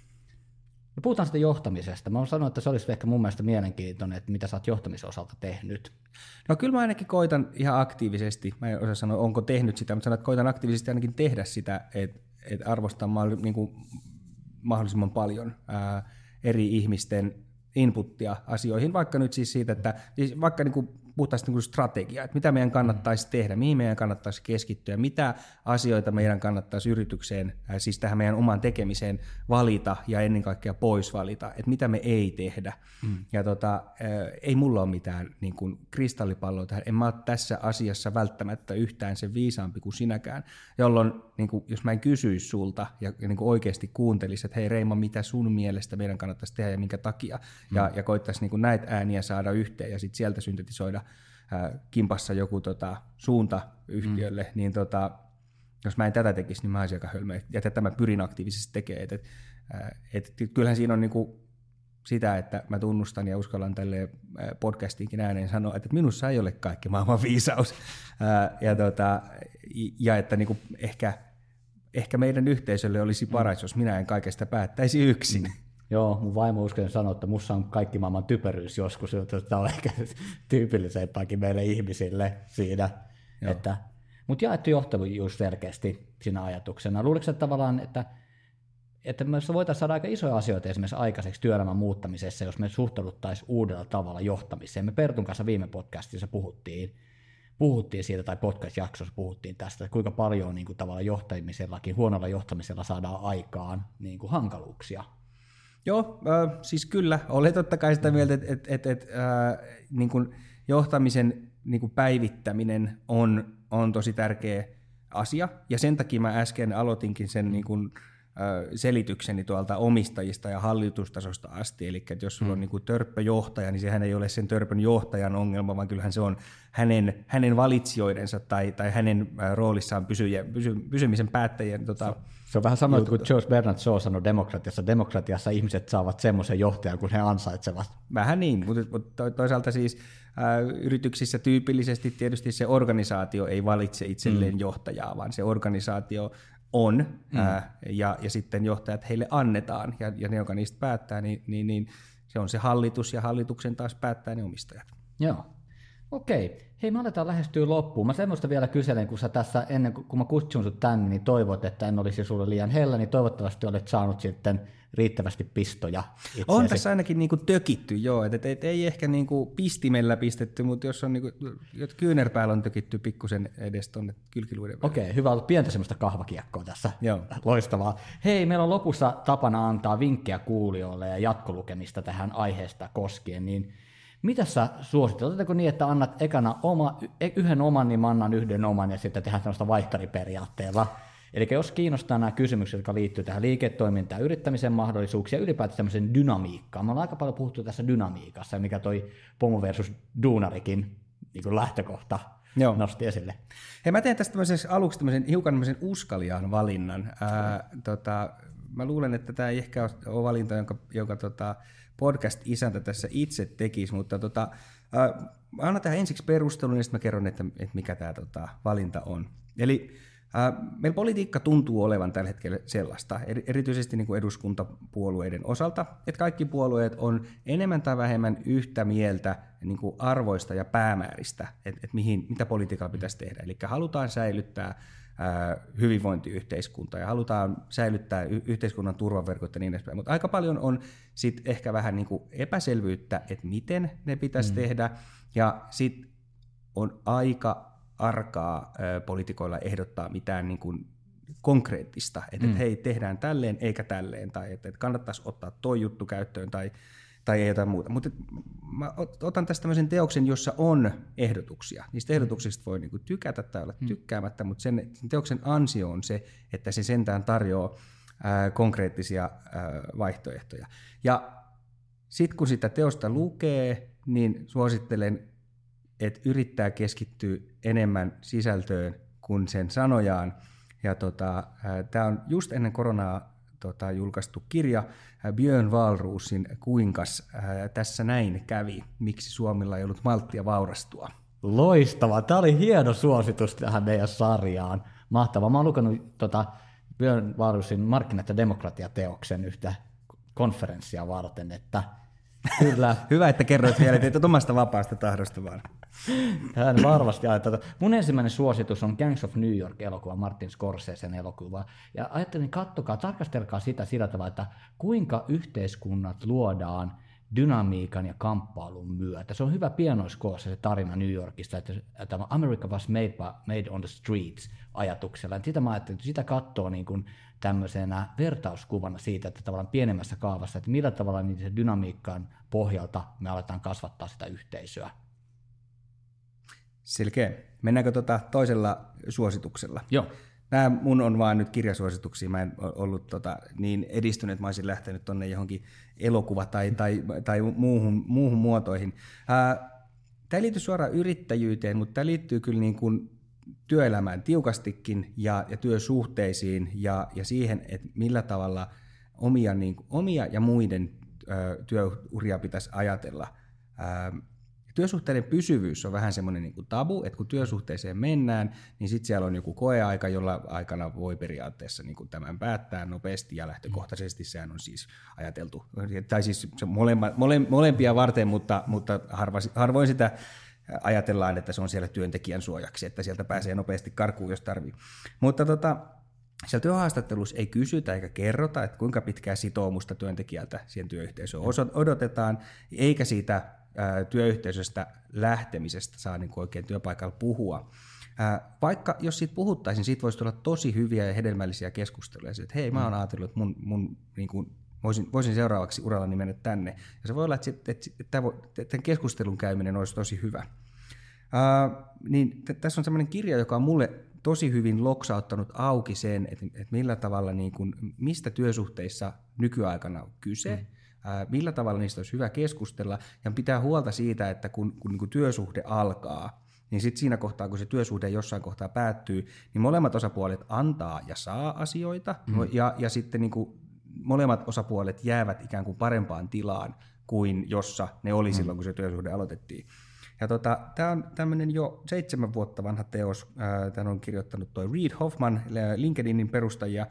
S3: No puhutaan sitten johtamisesta. Mä oon sanonut, että se olisi ehkä mun mielestä mielenkiintoinen, että mitä sä oot johtamisen osalta tehnyt.
S1: No kyllä mä ainakin koitan ihan aktiivisesti, mä en osaa sanoa onko tehnyt sitä, mutta sanon, että koitan aktiivisesti ainakin tehdä sitä, että, että arvostaa niin kuin mahdollisimman paljon ää, eri ihmisten inputtia asioihin, vaikka nyt siis siitä, että siis vaikka niin kuin puhtaasti niin strategiaa, että mitä meidän kannattaisi tehdä, mihin meidän kannattaisi keskittyä, mitä asioita meidän kannattaisi yritykseen, siis tähän meidän omaan tekemiseen valita ja ennen kaikkea pois valita, että mitä me ei tehdä. Mm. Ja tota, ei mulla ole mitään niin kuin kristallipalloa tähän, en mä ole tässä asiassa välttämättä yhtään sen viisaampi kuin sinäkään, jolloin niin kuin, jos mä en kysyisi sulta ja, ja niin kuin oikeasti kuuntelisi, että hei Reima, mitä sun mielestä meidän kannattaisi tehdä ja minkä takia, mm. ja, ja koittaisi niin kuin näitä ääniä saada yhteen ja sitten sieltä syntetisoida kimpassa joku tota, suunta yhtiölle, mm. niin tota, jos mä en tätä tekisi, niin mä olisin aika hölmö. Ja tätä mä pyrin aktiivisesti tekemään. Et, et, et, kyllähän siinä on niinku sitä, että mä tunnustan ja uskallan tälle podcastinkin ääneen sanoa, että minussa ei ole kaikki maailman viisaus. Ja, tota, ja että niinku ehkä, ehkä meidän yhteisölle olisi paras, mm. jos minä en kaikesta päättäisi yksin. Mm.
S3: Joo, mun vaimo uskon sanoa, että musta on kaikki maailman typeryys joskus, tämä on ehkä tyypillisempääkin meille ihmisille siinä. Että, mutta jaettu johtavuus selkeästi siinä ajatuksena. Luuletko että tavallaan, että, että me voitaisiin saada aika isoja asioita esimerkiksi aikaiseksi työelämän muuttamisessa, jos me suhtauduttaisiin uudella tavalla johtamiseen. Me Pertun kanssa viime podcastissa puhuttiin, puhuttiin siitä, tai podcast-jaksossa puhuttiin tästä, että kuinka paljon niin kuin, tavallaan johtamisellakin, huonolla johtamisella saadaan aikaan niin kuin, hankaluuksia.
S1: Joo, äh, siis kyllä. Olen totta kai sitä mieltä, että et, et, et, äh, niin kuin johtamisen niin kuin päivittäminen on, on tosi tärkeä asia, ja sen takia mä äsken aloitinkin sen niin kuin, äh, selitykseni tuolta omistajista ja hallitustasosta asti, eli että jos sulla on niin kuin törppöjohtaja, niin sehän ei ole sen törpön johtajan ongelma, vaan kyllähän se on hänen, hänen valitsijoidensa tai, tai hänen äh, roolissaan pysyjä, pysy, pysymisen päättäjien tota,
S3: se on vähän sama kuin George Bernard Shaw sanoi demokratiassa. Demokratiassa ihmiset saavat semmoisen johtajan, kun he ansaitsevat.
S1: Vähän niin, mutta toisaalta siis ä, yrityksissä tyypillisesti tietysti se organisaatio ei valitse itselleen mm. johtajaa, vaan se organisaatio on, mm. ä, ja, ja sitten johtajat heille annetaan, ja, ja ne, joka niistä päättää, niin, niin, niin se on se hallitus, ja hallituksen taas päättää ne omistajat.
S3: Joo. Okei. Hei, me aletaan lähestyä loppuun. Mä semmoista vielä kyselen, kun sä tässä ennen kuin mä kutsun sut tänne, niin toivot, että en olisi sulle liian hellä, niin toivottavasti olet saanut sitten riittävästi pistoja itseäsi.
S1: On tässä ainakin niinku tökitty, joo, että et, et ei ehkä niinku pistimellä pistetty, mutta jos on niinku, kyynärpäällä on tökitty pikkusen edes tuonne kylkiluiden väliin.
S3: Okei, hyvä ollut pientä semmoista kahvakiekkoa tässä.
S1: Joo.
S3: Loistavaa. Hei, meillä on lopussa tapana antaa vinkkejä kuulijoille ja jatkolukemista tähän aiheesta koskien, niin mitä sä suosittelet? Otetako niin, että annat ekana oma, yhden oman, niin mä annan yhden oman ja sitten tehdään sellaista vaihtariperiaatteella. Eli jos kiinnostaa nämä kysymykset, jotka liittyy tähän liiketoimintaan, yrittämisen mahdollisuuksia ja ylipäätään tämmöisen dynamiikkaan. Me ollaan aika paljon puhuttu tässä dynamiikassa, mikä toi Pomo versus Duunarikin niin kuin lähtökohta Joo. nosti esille.
S1: Hei, mä teen tästä aluksi tämmöisen hiukan tämmöisen uskaliaan valinnan. Ää, tota, mä luulen, että tämä ei ehkä ole valinta, jonka, jonka tota, podcast-isäntä tässä itse tekisi, mutta tota, ää, mä annan tähän ensiksi perustelun ja sitten mä kerron, että, että mikä tämä tota, valinta on. Eli meillä politiikka tuntuu olevan tällä hetkellä sellaista, erityisesti niin kuin eduskuntapuolueiden osalta, että kaikki puolueet on enemmän tai vähemmän yhtä mieltä niin kuin arvoista ja päämääristä, että, että mihin, mitä politiikalla pitäisi tehdä. Eli halutaan säilyttää hyvinvointiyhteiskuntaa ja halutaan säilyttää yhteiskunnan turvaverkot ja niin edespäin, mutta aika paljon on sitten ehkä vähän niin kuin epäselvyyttä, että miten ne pitäisi mm. tehdä, ja sitten on aika arkaa ä, poliitikoilla ehdottaa mitään niin kuin konkreettista, että mm. et, hei, tehdään tälleen eikä tälleen, tai että et kannattaisi ottaa toi juttu käyttöön, tai, tai ei jotain muuta. Mutta mä otan tästä tämmöisen teoksen, jossa on ehdotuksia. Niistä ehdotuksista voi niin kuin tykätä tai olla mm. tykkäämättä, mutta sen, sen teoksen ansio on se, että se sentään tarjoaa ä, konkreettisia ä, vaihtoehtoja. Ja sitten kun sitä teosta lukee, niin suosittelen, että yrittää keskittyä enemmän sisältöön kuin sen sanojaan. Ja tota, tämä on just ennen koronaa tota, julkaistu kirja Björn Wahlroosin Kuinkas ää, tässä näin kävi, miksi Suomella ei ollut malttia vaurastua.
S3: Loistavaa. Tämä oli hieno suositus tähän meidän sarjaan. Mahtavaa. Mä oon lukenut tota, Björn Wahlroosin Markkinat ja demokratia-teoksen yhtä konferenssia varten, että kyllä.
S1: Hyvä, että kerroit vielä, että et omasta vapaasta tahdosta vaan.
S3: Hän varmasti ajattelee. Mun ensimmäinen suositus on Gangs of New York-elokuva, Martin Scorsesen elokuva. Ja ajattelin, kattokaa, tarkastelkaa sitä sillä tavalla, että kuinka yhteiskunnat luodaan dynamiikan ja kamppailun myötä. Se on hyvä pienoiskoossa se tarina New Yorkista, että tämä America was made, by, made on the streets ajatuksella. Sitä mä ajattelin, että sitä katsoo niin kuin tämmöisenä vertauskuvana siitä, että tavallaan pienemmässä kaavassa, että millä tavalla niiden dynamiikkaan pohjalta me aletaan kasvattaa sitä yhteisöä.
S1: Selkeä. Mennäänkö tuota toisella suosituksella?
S3: Joo.
S1: Nämä mun on vaan nyt kirjasuosituksia. Mä en ollut tota niin edistynyt, että mä olisin lähtenyt tuonne johonkin elokuva- tai, tai, tai muuhun, muuhun muotoihin. Tämä ei liity suoraan yrittäjyyteen, mutta tämä liittyy kyllä niin kuin työelämään tiukastikin ja, ja työsuhteisiin ja, ja siihen, että millä tavalla omia, niin kuin, omia ja muiden ö, työuria pitäisi ajatella. Ö, Työsuhteiden pysyvyys on vähän semmoinen niin kuin tabu, että kun työsuhteeseen mennään, niin sitten siellä on joku koeaika, jolla aikana voi periaatteessa niin kuin tämän päättää nopeasti ja lähtökohtaisesti sehän on siis ajateltu, tai siis molemmat, mole, molempia varten, mutta, mutta harva, harvoin sitä ajatellaan, että se on siellä työntekijän suojaksi, että sieltä pääsee nopeasti karkuun, jos tarvii. Mutta tota, siellä työhaastattelussa ei kysytä eikä kerrota, että kuinka pitkää sitoumusta työntekijältä siihen työyhteisöön odotetaan, eikä siitä työyhteisöstä lähtemisestä saa niin kuin oikein työpaikalla puhua. Vaikka jos siitä puhuttaisiin, siitä voisi tulla tosi hyviä ja hedelmällisiä keskusteluja. Että hei, mä oon ajatellut, että mun, mun, niin kuin, voisin, voisin seuraavaksi urallani mennä tänne. Ja se voi olla, että, että, että, että tämän keskustelun käyminen olisi tosi hyvä. Uh, niin t- tässä on sellainen kirja, joka on mulle tosi hyvin loksauttanut auki sen, että, että millä tavalla, niin kuin, mistä työsuhteissa nykyaikana on kyse, mm. millä tavalla niistä olisi hyvä keskustella, ja pitää huolta siitä, että kun, kun niin kuin työsuhde alkaa, niin sitten siinä kohtaa, kun se työsuhde jossain kohtaa päättyy, niin molemmat osapuolet antaa ja saa asioita, mm. ja, ja sitten niin kuin molemmat osapuolet jäävät ikään kuin parempaan tilaan kuin jossa ne oli mm. silloin, kun se työsuhde aloitettiin. Ja tota, tämä on tämmöinen jo seitsemän vuotta vanha teos, tämän on kirjoittanut toi Reid Hoffman, LinkedInin perustajia,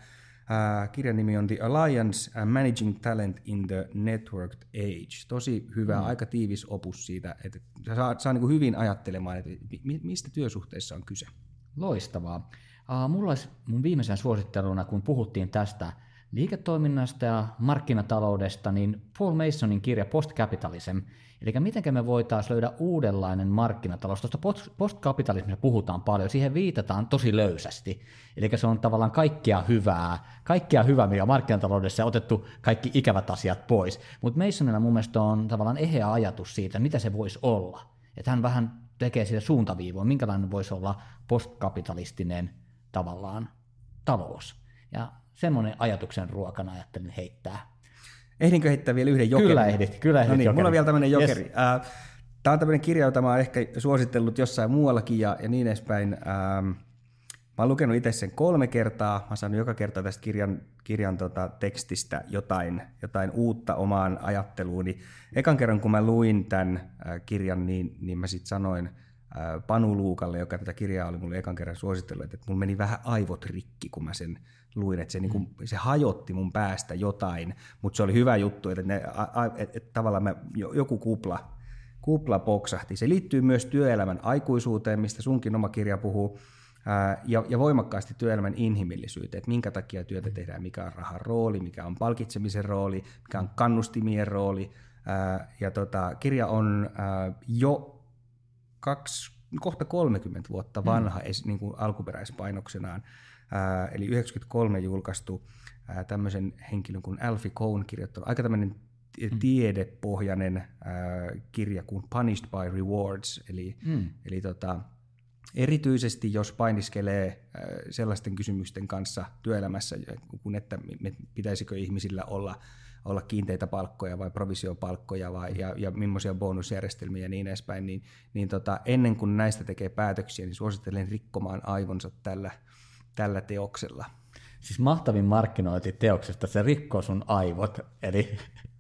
S1: Äh, kirjan nimi on The Alliance, Managing Talent in the Networked Age. Tosi hyvä, mm. aika tiivis opus siitä, että saa, saa niin kuin hyvin ajattelemaan, että mistä työsuhteissa on kyse.
S3: Loistavaa. Uh, mulla olisi mun viimeisen suositteluna, kun puhuttiin tästä liiketoiminnasta ja markkinataloudesta, niin Paul Masonin kirja Post-Capitalism, eli miten me voitaisiin löydä uudenlainen markkinatalous. Tuosta post-kapitalismista puhutaan paljon, siihen viitataan tosi löysästi, eli se on tavallaan kaikkea hyvää, kaikkea hyvää, mikä markkinataloudessa on otettu kaikki ikävät asiat pois, mutta Masonilla mun mielestä on tavallaan eheä ajatus siitä, mitä se voisi olla, että hän vähän tekee siitä suuntaviivoa, minkälainen voisi olla postkapitalistinen tavallaan talous, ja semmoinen ajatuksen ruokana ajattelin heittää.
S1: Ehdinkö heittää vielä yhden jokerin?
S3: Kyllä ehdit, kyllä ehdit
S1: no niin,
S3: jokeri.
S1: Mulla on vielä tämmöinen jokeri.
S3: Yes.
S1: Äh, Tämä on tämmöinen kirja, jota mä oon ehkä suositellut jossain muuallakin ja, ja niin edespäin. Ähm, mä oon lukenut itse sen kolme kertaa. Mä oon saanut joka kerta tästä kirjan, kirjan tota, tekstistä jotain, jotain uutta omaan ajatteluuni. Ekan kerran, kun mä luin tämän äh, kirjan, niin, niin mä sitten sanoin äh, Panu Luukalle, joka tätä kirjaa oli mulle ekan kerran suositellut, että mulla meni vähän aivot rikki, kun mä sen luin, että se, niin kuin, se hajotti mun päästä jotain, mutta se oli hyvä juttu, että, ne, että, että tavallaan mä, joku kupla, kupla poksahti. Se liittyy myös työelämän aikuisuuteen, mistä sunkin oma kirja puhuu, ää, ja, ja voimakkaasti työelämän inhimillisyyteen, että minkä takia työtä tehdään, mikä on rahan rooli, mikä on palkitsemisen rooli, mikä on kannustimien rooli. Ää, ja tota, kirja on ää, jo kaksi, kohta kolmekymmentä vuotta vanha mm. es, niin kuin alkuperäispainoksenaan. Ää, eli yhdeksänkymmentäkolme julkaistu ää, tämmöisen henkilön kuin Alfie Kohn kirjoittanut, aika tämmöinen mm. tiedepohjainen ää, kirja kuin Punished by Rewards, eli, mm. eli tota, erityisesti jos painiskelee ää, sellaisten kysymysten kanssa työelämässä, kun että pitäisikö ihmisillä olla, olla kiinteitä palkkoja vai provisiopalkkoja vai, ja, ja millaisia bonusjärjestelmiä ja niin edespäin, niin, niin tota, ennen kuin näistä tekee päätöksiä, niin suosittelen rikkomaan aivonsa tällä tällä teoksella.
S3: Siis mahtavin markkinointi teoksesta, se rikkoo sun aivot, eli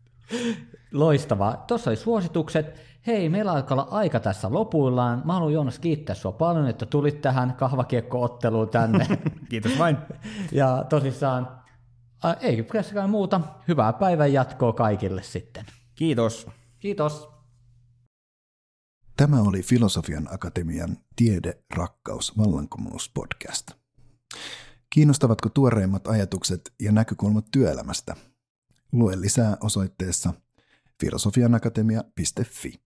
S3: loistavaa. Tuossa oli suositukset. Hei, meillä alkaa olla aika tässä lopuillaan. Mä haluan Joonas kiittää sua paljon, että tulit tähän kahvakiekko-otteluun tänne.
S1: Kiitos vain.
S3: Ja tosissaan, ä, ei käsikään muuta. Hyvää päivän jatkoa kaikille sitten.
S1: Kiitos.
S3: Kiitos.
S2: Tämä oli Filosofian Akatemian Tiede, rakkaus, vallankumous podcast. Kiinnostavatko tuoreimmat ajatukset ja näkökulmat työelämästä? Lue lisää osoitteessa filosofianakatemia piste fi.